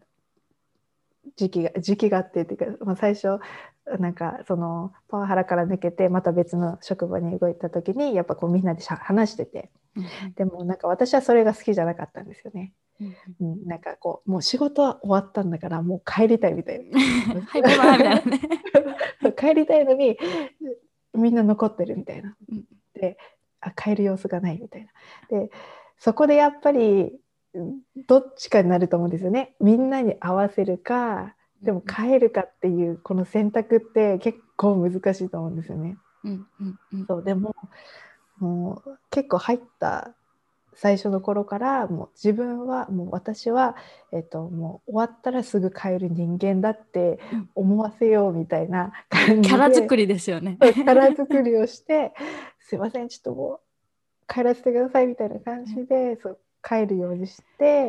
B: 時期があってっていうか、まあ、最初なんかそのパワハラから抜けてまた別の職場に動いた時にやっぱこうみんなで話してて、でもなんか私はそれが好きじゃなかったんですよね。なんかこうもう仕事は終わったんだからもう帰りたいみたいな
A: はいバイバイみたいなね
B: 帰りたいのにみんな残ってるみたいなで帰る様子がないみたいなで、そこでやっぱりどっちかになると思うんですよね。みんなに合わせるかでも帰るかっていうこの選択って結構難しいと思うんですよね。そうでもう結構入った最初の頃からもう自分はもう私は、もう終わったらすぐ帰る人間だって思わせようみたいな感じで
A: キャラ作りですよね。
B: キャラ作りをしてすいませんちょっともう帰らせてくださいみたいな感じでそう帰るようにして、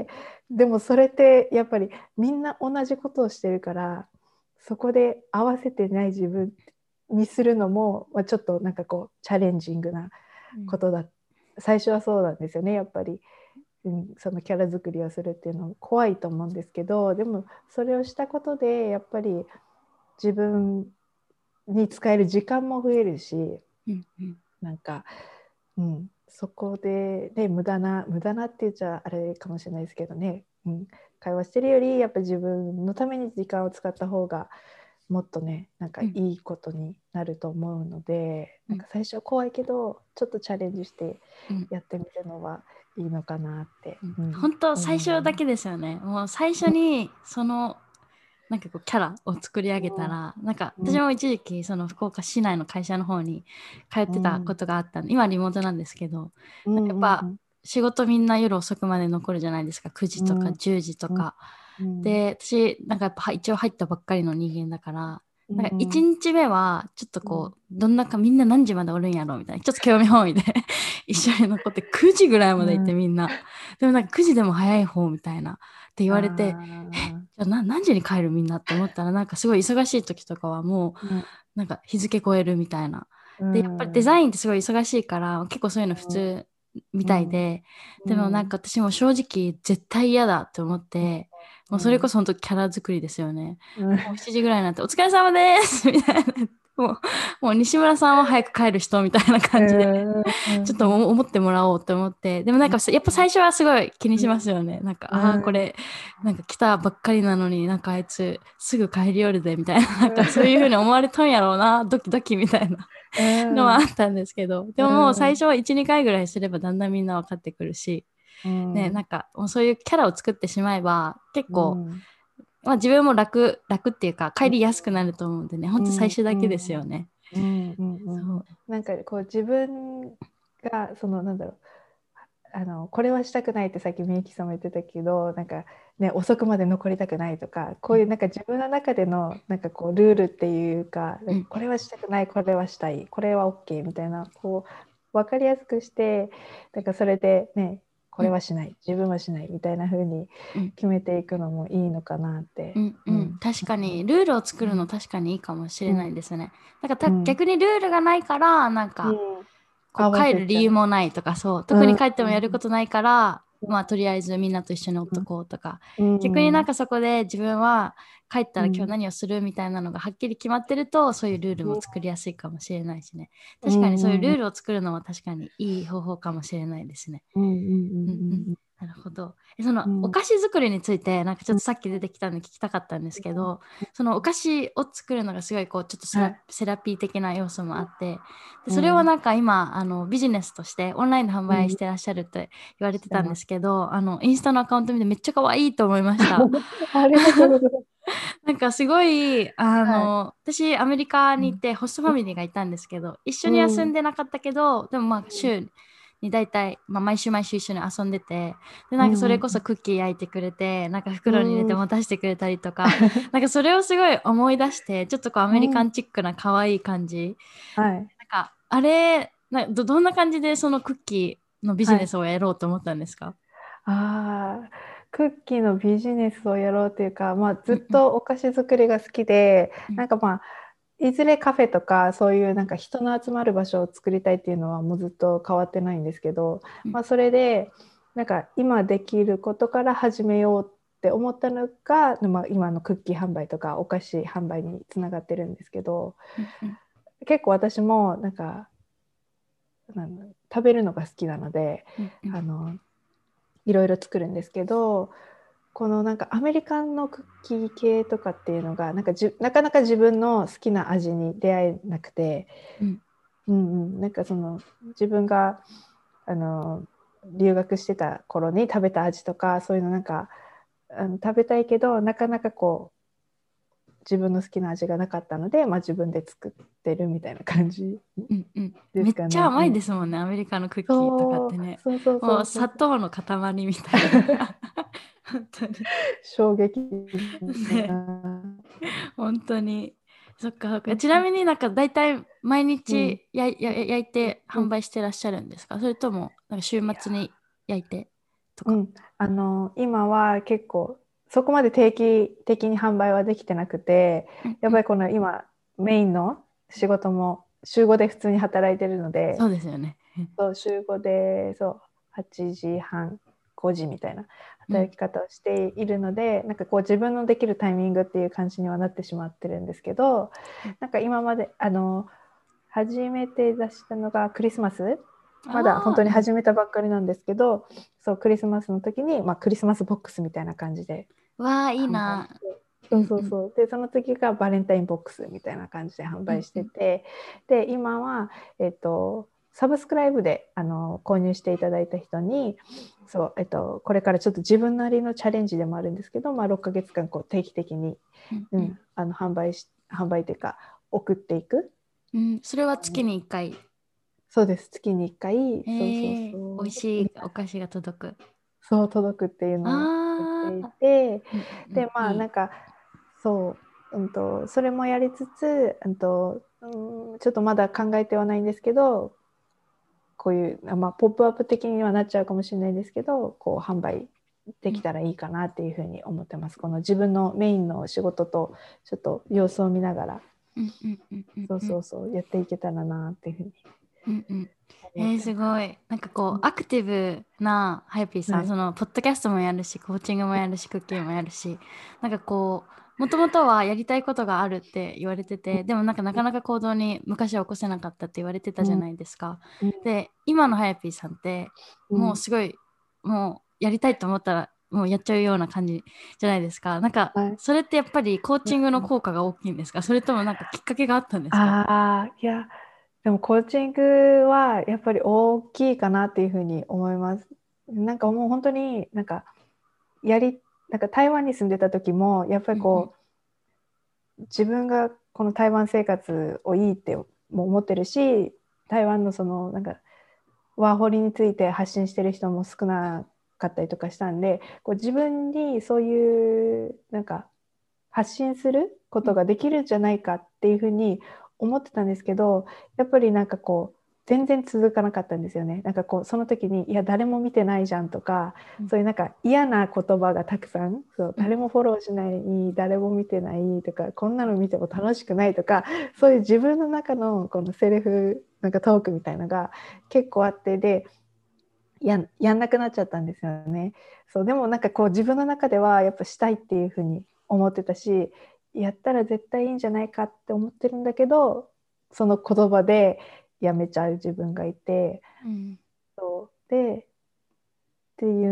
B: でもそれってやっぱりみんな同じことをしてるからそこで合わせてない自分にするのも、ちょっとなんかこうチャレンジングなことだ、最初はそうなんですよねやっぱり、そのキャラ作りをするっていうのも怖いと思うんですけど、でもそれをしたことでやっぱり自分に使える時間も増えるし、なんか、そこで、ね、無駄なって言っちゃあれかもしれないですけどね、会話してるよりやっぱ自分のために時間を使った方がもっとねなんかいいことになると思うので、なんか最初は怖いけどちょっとチャレンジしてやってみるのはいいのかなって、
A: 本当最初だけですよね。もう最初にそのなんかこうキャラを作り上げたら、なんか私も一時期その福岡市内の会社の方に通ってたことがあったんで、今はリモートなんですけど、やっぱ仕事みんな夜遅くまで残るじゃないですか、9時とか10時とか、で私なんかやっぱ一応入ったばっかりの人間だから、なんか1日目はちょっとこうどんなかみんな何時までおるんやろみたいなちょっと興味本位で一緒に残って9時ぐらいまで行ってみんな、でもなんか9時でも早い方みたいなって言われて、じゃあ何時に帰るみんなって思ったら、なんかすごい忙しい時とかはもうなんか日付超えるみたいな。でやっぱりデザインってすごい忙しいから結構そういうの普通みたいで、でもなんか私も正直絶対嫌だって思って、もうそれこそ本当キャラ作りですよね。もう7時ぐらいになってお疲れ様ですみたいな。もう西村さんは早く帰る人みたいな感じでちょっと思ってもらおうと思って、でもなんかやっぱ最初はすごい気にしますよね。なんかこれなんか来たばっかりなのになんかあいつすぐ帰り寄るでみたいな、なんかそういう風に思われたんやろうなドキドキみたいなのはあったんですけど、でももう最初は1、2回ぐらいすればだんだんみんな分かってくるし、なんかもうそういうキャラを作ってしまえば結構、自分も楽っていうか帰りやすくなると思うんでね、本当最初だけですよね。
B: なんかこう自分がそのなんだろうこれはしたくないってさっきみゆきさんも言ってたけど、なんかね遅くまで残りたくないとか、こういうなんか自分の中でのなんかこうルールっていうか、これはしたくないこれはしたいこれは OK みたいなこう分かりやすくして、なんかそれでねこれはしない、自分はしないみたいな風に決めていくのもいいのかなって。
A: 確かにルールを作るの確かにいいかもしれないですね。なんか逆にルールがないからなんかこう帰る理由もないとか、そう特に帰ってもやることないから、まあとりあえずみんなと一緒におっとこうとか、逆になんかそこで自分は帰ったら今日何をするみたいなのがはっきり決まってると、そういうルールも作りやすいかもしれないしね。確かにそういうルールを作るのは確かにいい方法かもしれないですね。 なるほど。その
B: うん
A: お菓子作りについてなんかちょ
B: うん
A: っとさっき出てきたんで聞きたかったんですけど、そのお菓子を作るのがすごいこうちょっと
B: はい。
A: セラピー的な要素もあって、でそれを
B: うん
A: なんか今ビジネスとしてオンラインで販売し
B: うん
A: てらっしゃるって言われてたんで
B: してます。
A: すけど、インスタのアカウント見てめっちゃ可愛いと思いました。
B: ありがとうございます。
A: なんかすごい
B: はい。
A: 私アメリカに行っ
B: うん
A: てホストファミリーがいたんですけど、一緒に
B: うん
A: 休んでなかったけど、でもまあ週に大体、まあ、毎週毎週一緒に遊んでて、でなんかそれ
B: うん
A: こそクッキー焼いてくれて、なんか袋に入れて
B: うんうん
A: 持たせてくれたりとか、なんかそれをすごい思い出して、ちょっとこうアメリカンチックな可愛い感じ、
B: はい。
A: なんかあれどんな感じでそのクッキーのビジ
B: はい。
A: ネスをやろうと思ったんですか？
B: ああ、クッキーのビジネスをやろうというか、まあ、ずっ
A: うんうん
B: とお菓子作りが好きで、
A: うん
B: なんかまあ、いずれカフェとかそういうなんか人の集まる場所を作りたいっていうのはもうずっと変わってないんですけど、
A: うん
B: まあ、それでなんか今できることから始めようって思ったのが、まあ、今のクッキー販売とかお菓子販売につながってるんですけど、
A: うんうん
B: 結構私もなんか食べるのが好きなので、
A: うんうん
B: いろいろ作るんですけど、このなんかアメリカンのクッキー系とかっていうのがなかなか自分の好きな味に出会えなくて、
A: うん
B: なんかその自分があの留学してた頃に食べた味とかそういうのなんか食べたいけどなかなかこう自分の好きな味がなかったので、まあ、自分で作ってるみたいな感じ
A: うんうん、めっ
B: ですかね。
A: ちゃ甘いですもんね、アメリカのクッキーとかっ
B: そう
A: てね。
B: そうそうそ
A: もう
B: うそう。
A: 砂糖の塊みたいな。本当に。
B: 衝撃
A: ね、
B: な。
A: 本当に。そっかそっか。ちなみになんか大体毎
B: うん
A: 日焼いて
B: うん
A: 販売してらっしゃるんですか？それともなんか週末に焼いてとか。
B: うん、今は結構そこまで定期的に販売はできてなくて、
A: うんうん。
B: やっぱりこの今メインの仕事も週5で普通に働いてるので、
A: そうですよね。
B: そう週5でそう8時半5時みたいな
A: うん。
B: 働き方をしているので、なんかこう自分のできるタイミングっていう感じにはなってしまってるんですけど、なんか今まで初めて出したのがクリスマス、まだ本
A: ああ、
B: 当に始めたばっかりなんですけど、そうクリスマスの時に、まあ、クリスマスボックスみたいな感じで
A: うん。わあ、いい
B: 販売し
A: な。
B: て、そう
A: うんうん
B: そうそう。で、その次がバレンタインボックスみたいな感じで販売し
A: うんうん。
B: てて、で、今は、サブスクライブで購入していただいた人に、そう、これからちょっと自分なりのチャレンジでもあるんですけど、まあ、6ヶ月間こう定期的に、
A: うんうん。
B: 販売というか送っていく。
A: うん、それは月に1回。
B: そうです。月に1回、そうそう
A: 美味
B: そう、
A: しいお菓子が届く。
B: そう届くっていうのをやってい
A: ああ、
B: て、
A: うんうん、
B: でまあ
A: いい。
B: なんかそう、それもやりつつ、ちょっとまだ考えてはないんですけど、こういうまあポップアップ的にはなっちゃうかもしれないんですけど、こう販売できたらいいかなっていうふうに思ってます。この自分のメインの仕事とちょっと様子を見ながら、
A: うんうんうんうん
B: そう
A: うん
B: そうそうやっていけたらなっていうふうに
A: うんうん。す
B: 思ってます。
A: ごい。なんかこう、アクティブなハヤピーさん、
B: はい。
A: その、ポッドキャストもやるし、コーチングもやるし、クッキングもやるし、なんかこう、もともとはやりたいことがあるって言われてて、でもなんかなかなか行動に昔は起こせなかったって言われてたじゃ
B: うん
A: ないですか。
B: うん
A: で、今のハヤピーさんって、もう
B: うん
A: すごい、もうやりたいと思ったら、もうやっちゃうような感じじゃないですか。なんか、
B: はい。
A: それってやっぱりコーチングの効果が大きいんですか？それともなんかきっかけがあったんですか？
B: ああ、いや、でもコーチングはやっぱり大きいかなっていうふうに思います。なんかもう本当になんかやり、なんか台湾に住んでた時もやっぱり
A: うんうん
B: こう自分がこの台湾生活をいいっても思ってるし、台湾のそのなんかワーホリについて発信してる人も少なかったりとかしたんで、こう自分にそういうなんか発信することができるんじゃないかっていうふうに思ってたんですけど、やっぱりなんかこう全然続かなかったんですよね。なんかこうその時にいや誰も見てないじゃんとか、
A: うん
B: そういうなんか嫌な言葉がたくさん、そう
A: うん
B: 誰もフォローしない、誰も見てないとか、こんなの見ても楽しくないとか、そういう自分の中のこのセリフなんかトークみたいなのが結構あって、でやんなくなっちゃったんですよね。そうでもなんかこう自分の中ではやっぱしたいっていうふうに思ってたし、やったら絶対いいんじゃないかって思ってるんだけど、その言葉でやめちゃう自分がいて、
A: うん
B: そうでっていう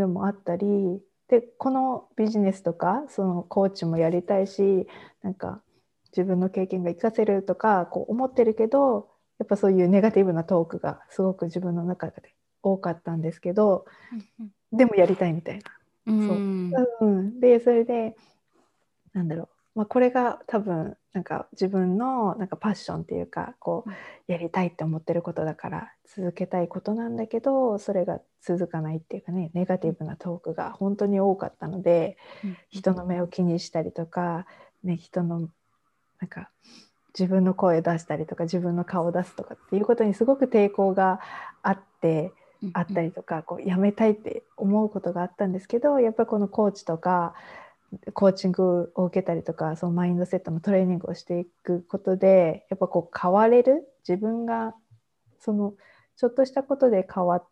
B: のもあったりで、このビジネスとかそのコーチもやりたいし、なんか自分の経験が活かせるとかこう思ってるけど、やっぱそういうネガティブなトークがすごく自分の中で多かったんですけど、でもやりたいみたいな。そう、でそれでなんだろう、これが多分なんか自分のなんかパッションっていうかこうやりたいって思ってることだから続けたいことなんだけど、それが続かないっていうかね、ネガティブなトークが本当に多かったので、人の目を気にしたりとか、ね、人のなんか自分の声を出したりとか自分の顔を出すとかっていうことにすごく抵抗があったりとか、こうやめたいって思うことがあったんですけど、やっぱりこのコーチとかコーチングを受けたりとか、そのマインドセットのトレーニングをしていくことでやっぱこう変われる、自分がそのちょっとしたことで変わって、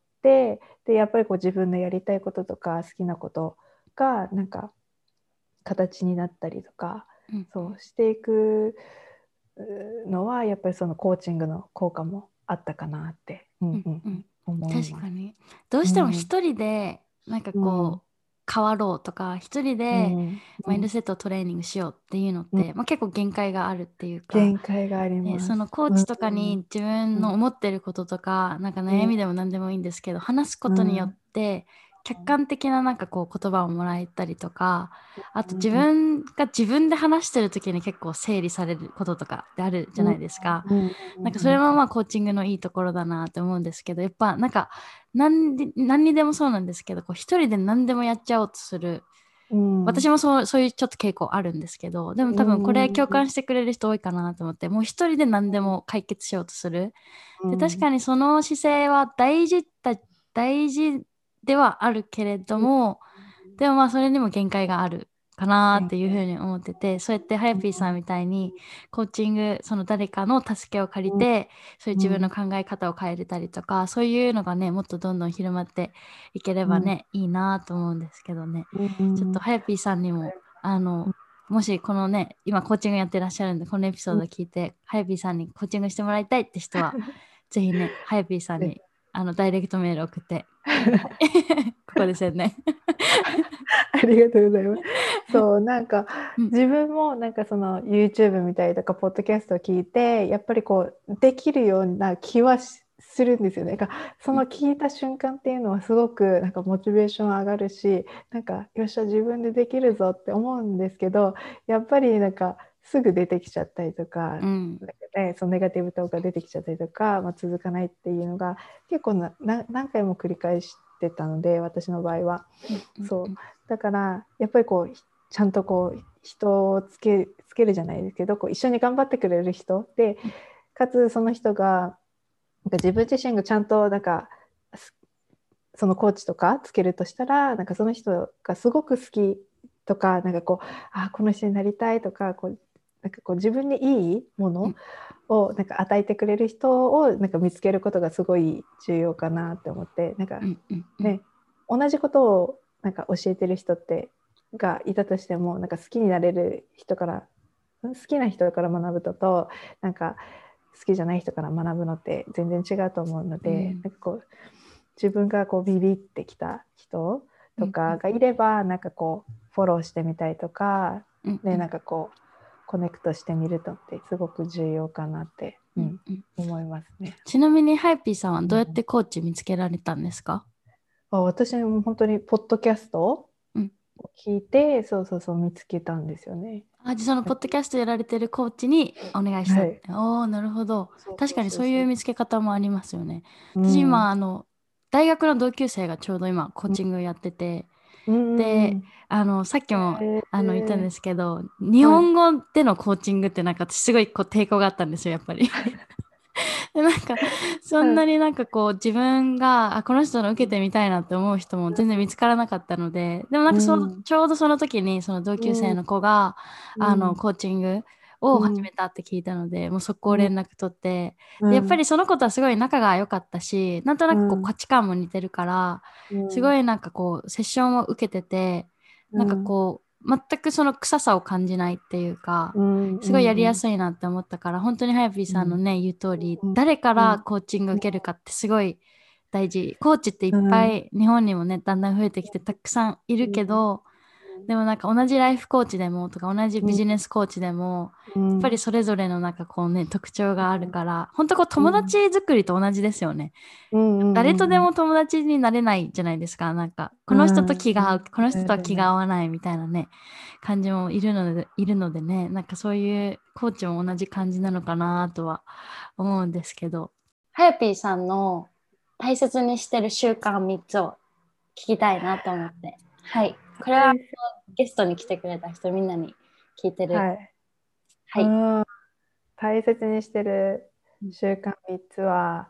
B: でやっぱりこう自分のやりたいこととか好きなことがなんか形になったりとか、そうしていくのはやっぱりそのコーチングの効果もあったかなって、思います。
A: 確かにどうしても一人でなんかこう、変わろうとか一人でマインドセットをトレーニングしようっていうのって、結構限界があるっていうか、
B: 限界があります。
A: そのコーチとかに自分の思ってることとか、なんか悩みでも何でもいいんですけど、話すことによって客観的ななんかこう言葉をもらえたりとか、あと自分が自分で話してる時に結構整理されることとかってあるじゃないですか。なんかそれもまあコーチングのいいところだなって思うんですけど、やっぱなんか何にでもそうなんですけど、こう一人で何でもやっちゃおうとする、私もそういうちょっと傾向あるんですけど、でも多分これ共感してくれる人多いかなと思って、もう一人で何でも解決しようとする。で確かにその姿勢は大事ではあるけれども、でもまあそれにも限界があるかなっていうふうに思ってて、そうやってハヤピーさんみたいにコーチング、その誰かの助けを借りて、そういう自分の考え方を変えれたりとか、そういうのがねもっとどんどん広まっていければね、いいなと思うんですけどね。ちょっとハヤピーさんにももしこのね今コーチングやってらっしゃるんで、このエピソード聞いてハヤピーさんにコーチングしてもらいたいって人はぜひねハヤピーさんにダイレクトメール送ってここですよね。
B: ありがとうございます。そう、なんか自分もなんかその YouTube 見たりとかポッドキャストを聞いてやっぱりこうできるような気はするんですよね。その聞いた瞬間っていうのはすごくなんかモチベーション上がるし、なんかよっしゃ自分でできるぞって思うんですけど、やっぱりなんかすぐ出てきちゃったりとか、そのネガティブトークが出てきちゃったりとか、続かないっていうのが結構何回も繰り返してたので、私の場合は。そうだからやっぱりこうちゃんとこう人をつけるじゃないですけど、こう一緒に頑張ってくれる人で、かつその人がなんか自分自身がちゃんとなんかそのコーチとかつけるとしたら、なんかその人がすごく好きとか、なんかこうこの人になりたいとか、なんかこう自分にいいものをなんか与えてくれる人をなんか見つけることがすごい重要かなって思って、なんかね、同じことをなんか教えてる人ってがいたとしても、なんか好きになれる人から好きな人から学ぶとなんか好きじゃない人から学ぶのって全然違うと思うので、なんかこう自分がこうビビってきた人とかがいれば、なんかこうフォローしてみたりとか、なんかこうコネクトしてみるとってすごく重要かなって、思いますね。
A: ちなみにハイピーさんはどうやってコーチ見つけられたんですか？
B: 私も本当にポッドキャストを聞いて、そう見つけたんですよね。
A: そのポッドキャストやられてるコーチにお願いした。なるほど。確かにそういう見つけ方もありますよね。私今大学の同級生がちょうど今コーチングやってて、でさっきも言ったんですけど、日本語でのコーチングってなんかすごいこう抵抗があったんですよやっぱり。でなんかそんなになんかこう自分がこの人の受けてみたいなって思う人も全然見つからなかったので、でもなんかちょうどその時にその同級生の子がコーチングを始めたって聞いたので、もう速攻連絡取って、でやっぱりその子とはすごい仲が良かったし、なんとなくこう価値観も似てるから、すごいなんかこうセッションを受けてて、なんかこう全くその臭さを感じないっていうか、すごいやりやすいなって思ったから、本当にハヤピーさんのね、言う通り、誰からコーチング受けるかってすごい大事。コーチっていっぱい日本にもね、だんだん増えてきてたくさんいるけど、でもなんか同じライフコーチでもとか同じビジネスコーチでも、やっぱりそれぞれのなんかこうね、特徴があるから、本当こう友達作りと同じですよね。誰とでも友達になれないじゃないですか。なんか、この人と気が合う、この人とは気が合わないみたいなね、感じもいるのでね、なんかそういうコーチも同じ感じなのかなとは思うんですけど。はやぴーさんの大切にしてる習慣3つを聞きたいなと思って。はい。これはゲストに来てくれた人みんなに聞いてる。
B: はい。大切にしてる習慣3つは、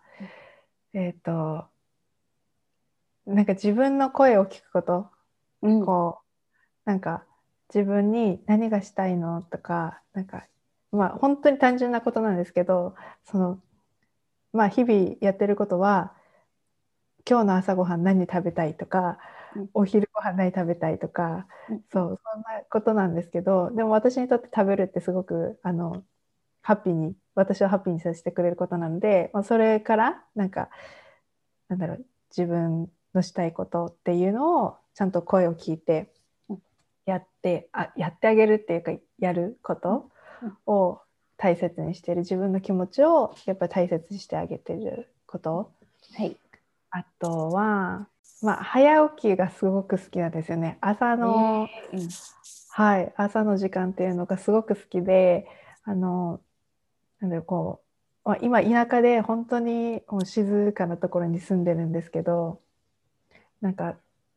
B: なんか自分の声を聞くこと、こうなんか自分に何がしたいのとか、なんかまあ本当に単純なことなんですけど、まあ日々やってることは、今日の朝ごはん何食べたいとか、お昼ご飯何食べたいとか、そんなことなんですけど、でも私にとって食べるってすごく私をハッピーにさせてくれることなので、まあ、それからなんだろう、自分のしたいことっていうのをちゃんと声を聞いてやってあげるっていうか、やることを大切にしてる、自分の気持ちをやっぱり大切にしてあげてること、あとは、まあ、早起きがすごく好きなんですよね。朝の時間っていうのがすごく好きで、なんだろう、今田舎で本当にもう静かなところに住んでるんですけど、なんか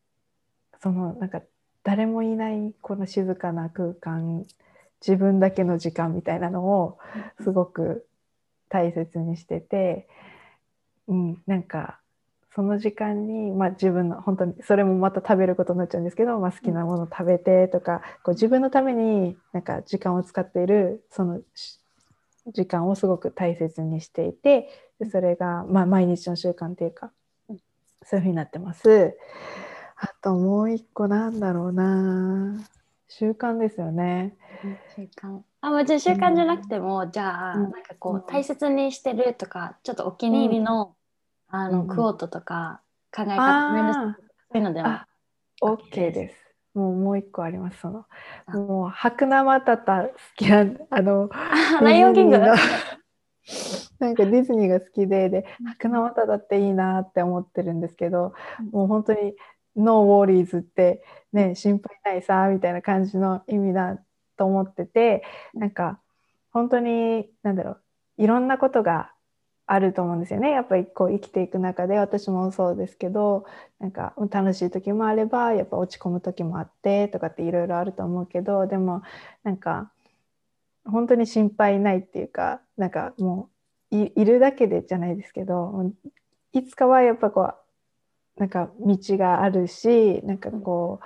B: 誰もいないこの静かな空間、自分だけの時間みたいなのをすごく大切にしてて、なんかその時間に、まあ、自分の本当にそれもまた食べることになっちゃうんですけど、まあ、好きなものを食べてとか、こう自分のためになんか時間を使っているその時間をすごく大切にしていて、でそれが、まあ、毎日の習慣というか、そういうふうになってます。あともう一個なんだろうな、習慣ですよね。
A: 習慣。もちろん習慣じゃなくても、じゃあ、なんかこう、大切にしてるとか、ちょっとお気に入りの、クォートとか、考え方、そういうのでも。
B: OK です。もう一個あります。もう、白生タタ好きな、
A: ライオンキング
B: なんかディズニーが好きで、白生タタっていいなって思ってるんですけど、もう本当にノーウォーリーズってね、心配ないさみたいな感じの意味だと思ってて、なんか本当になんだろう、いろんなことがあると思うんですよね。やっぱりこう生きていく中で、私もそうですけど、なんか楽しい時もあれば、やっぱ落ち込む時もあってとかっていろいろあると思うけど、でもなんか本当に心配ないっていうか、なんかもういるだけでじゃないですけど、いつかはやっぱこうなんか道があるし、なんか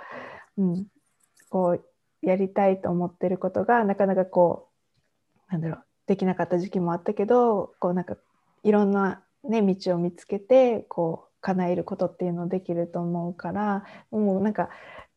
B: こうやりたいと思ってることがなかなかなんだろう、できなかった時期もあったけど、なんかいろんな、ね、道を見つけて叶えることっていうのをできると思うから、もうなんか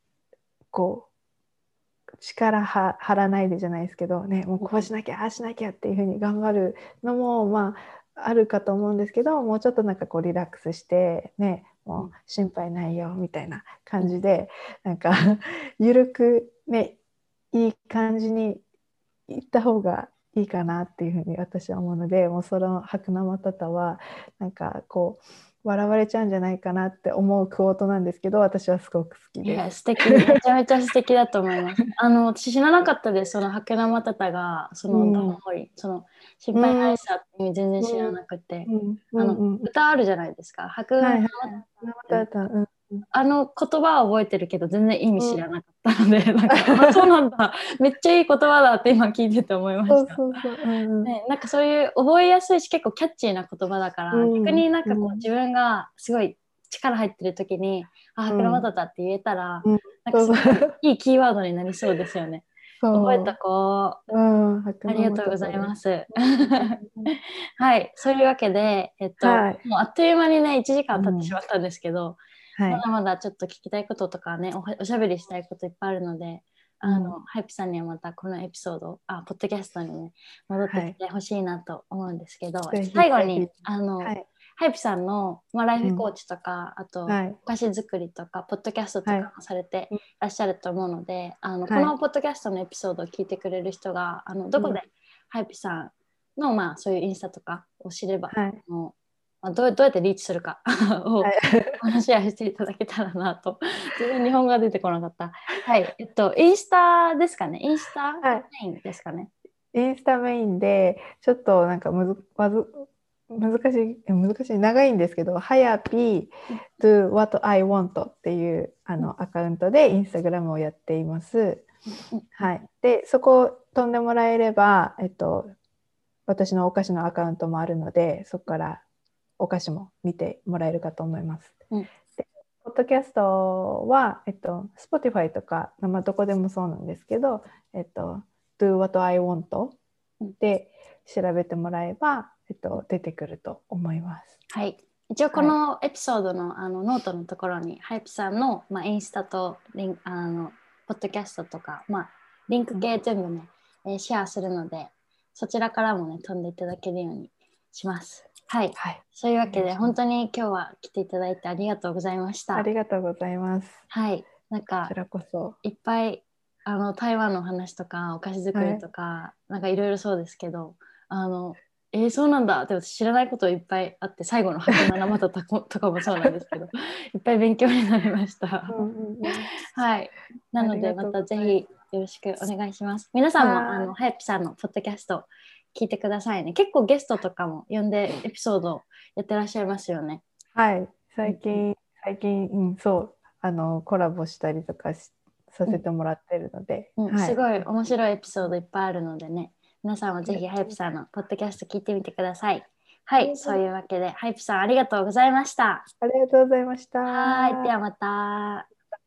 B: 力張らないでじゃないですけどね、もうこうしなきゃああしなきゃっていうふうに頑張るのもまああるかと思うんですけど、もうちょっとなんかリラックスしてね、もう心配ないよみたいな感じで、なんかゆるくね、いい感じにいった方がいいかなっていうふうに私は思うので、もうその白生タタはなんか笑われちゃうんじゃないかなって思うクオートなんですけど、私はすごく好きです。いや、
A: 素敵、めちゃめちゃ素敵だと思います。私知らなかったです、その白生タタが、どの森、心配ないさって意味全然知らなくて、歌あるじゃないですか、白生タタ。言葉は覚えてるけど全然意味知らなかったので、なんかそうなんだ、めっちゃいい言葉だって今聞いてて思いました。なんかそういう覚えやすいし結構キャッチーな言葉だから、逆になんか自分がすごい力入ってる時に白生タタって言えたら、なんかすごいいいキーワードになりそうですよね。覚えた子、ありがとうございます。はい、そういうわけで、もうあっという間にね、1時間経ってしまったんですけど、まだまだちょっと聞きたいこととかね、おしゃべりしたいこといっぱいあるので、ハイピさんにはまたこのエピソード、ポッドキャストにね、戻ってきてほしいなと思うんですけど、最後に、 ハイピさんの、ライフコーチとか、あと、
B: はい
A: お菓子作りとか、ポッドキャストとかもされていらっしゃると思うので、こ
B: はい
A: のポッドキャストのエピソードを聞いてくれる人が、どこでハイピさんの、そういうインスタとかを知れば、
B: はい、
A: どうやってリーチするかを
B: はい
A: お話し合いしていただけたらなと。自分日本語が出てこなかった。はい。インスタですかね。インスタメインですかね。
B: インスタメインで、ちょっとなんか難しい、長いんですけど、はやぴ do what I want っていうアカウントでインスタグラムをやっています。はい。で、そこを飛んでもらえれば、私のお菓子のアカウントもあるので、そこからお菓子も見てもらえるかと思います。で、ポッドキャストは、Spotify とか、どこでもそうなんですけど、do what I want で調べてもらえば、出てくると思います。
A: はい。一応このエピソードの、ノートのところに、ハイピさんの、インスタとポッドキャストとか、リンク系全部ね、シェアするので、そちらからもね、飛んでいただけるようにします。はい。そういうわけで、本当に今日は来ていただいてありがとうございました。
B: ありがとうございます。
A: はい。なんか、
B: こちらこそ。
A: いっぱい台湾の話とか、お菓子作りとか、なんかいろいろそうですけど、そうなんだって知らないこといっぱいあって、最後の白七股とかもそうなんですけどいっぱい勉強になりましたはい。なのでまたぜひよろしくお願いします。皆さんもはやぴさんのポッドキャスト聞いてくださいね。結構ゲストとかも呼んでエピソードやってらっしゃいますよね。
B: はい。最近、そう、コラボしたりとかさせてもらってるので、
A: すごい面白いエピソードいっぱいあるのでね、皆さんもぜひハイピさんのポッドキャスト聞いてみてください。はい、そういうわけでハイピさんありがとうございました。
B: ありがとうございました。
A: はい、ではまた。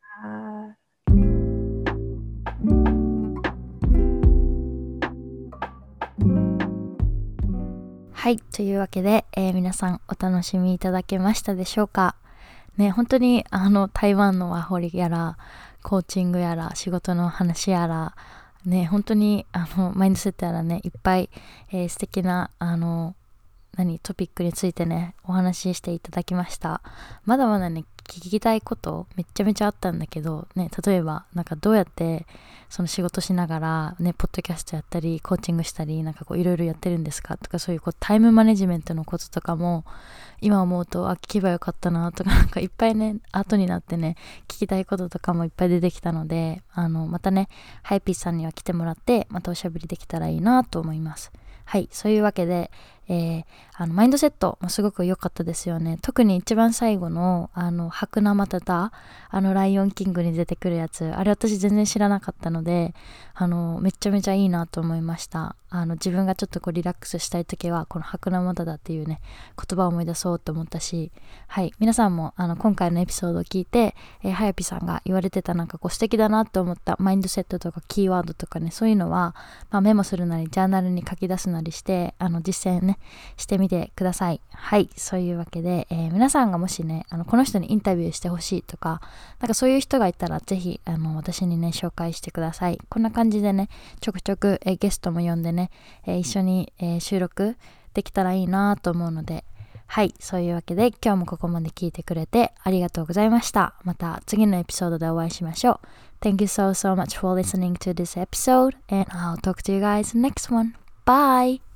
A: はい、というわけで、皆さんお楽しみいただけましたでしょうか。ね、本当に台湾のワーホリやらコーチングやら仕事の話やらね、本当にマインドセットやらね、いっぱい、素敵なトピックについてねお話ししていただきました。まだまだね聞きたいことめちゃめちゃあったんだけどね、例えばなんかどうやってその仕事しながらねポッドキャストやったりコーチングしたりなんかこういろいろやってるんですかとか、そういうこうタイムマネジメントのこととかも今思うと聞けばよかったなとか、なんかいっぱいね後になってね聞きたいこととかもいっぱい出てきたので、またねハイピーさんには来てもらってまたおしゃべりできたらいいなと思います。はい、そういうわけで、マインドセットもすごく良かったですよね。特に一番最後の白生タタ、ライオンキングに出てくるやつ、あれ私全然知らなかったので、めちゃめちゃいいなと思いました。自分がちょっとこうリラックスしたい時はこの白生タタっていうね言葉を思い出そうと思ったし、はい、皆さんも今回のエピソードを聞いて、はやぴさんが言われてたなんかこう素敵だなと思ったマインドセットとかキーワードとかね、そういうのは、メモするなりジャーナルに書き出すなりして実践ねしてみてください。はい、そういうわけで、皆さんがもしねこの人にインタビューしてほしいとか、なんかそういう人がいたらぜひ私にね紹介してください。こんな感じでねちょくちょく、ゲストも呼んでね、一緒に、収録できたらいいなと思うので、はい、そういうわけで今日もここまで聞いてくれてありがとうございました。また次のエピソードでお会いしましょう。Thank you so much for listening to this episode and I'll talk to you guys next one. Bye!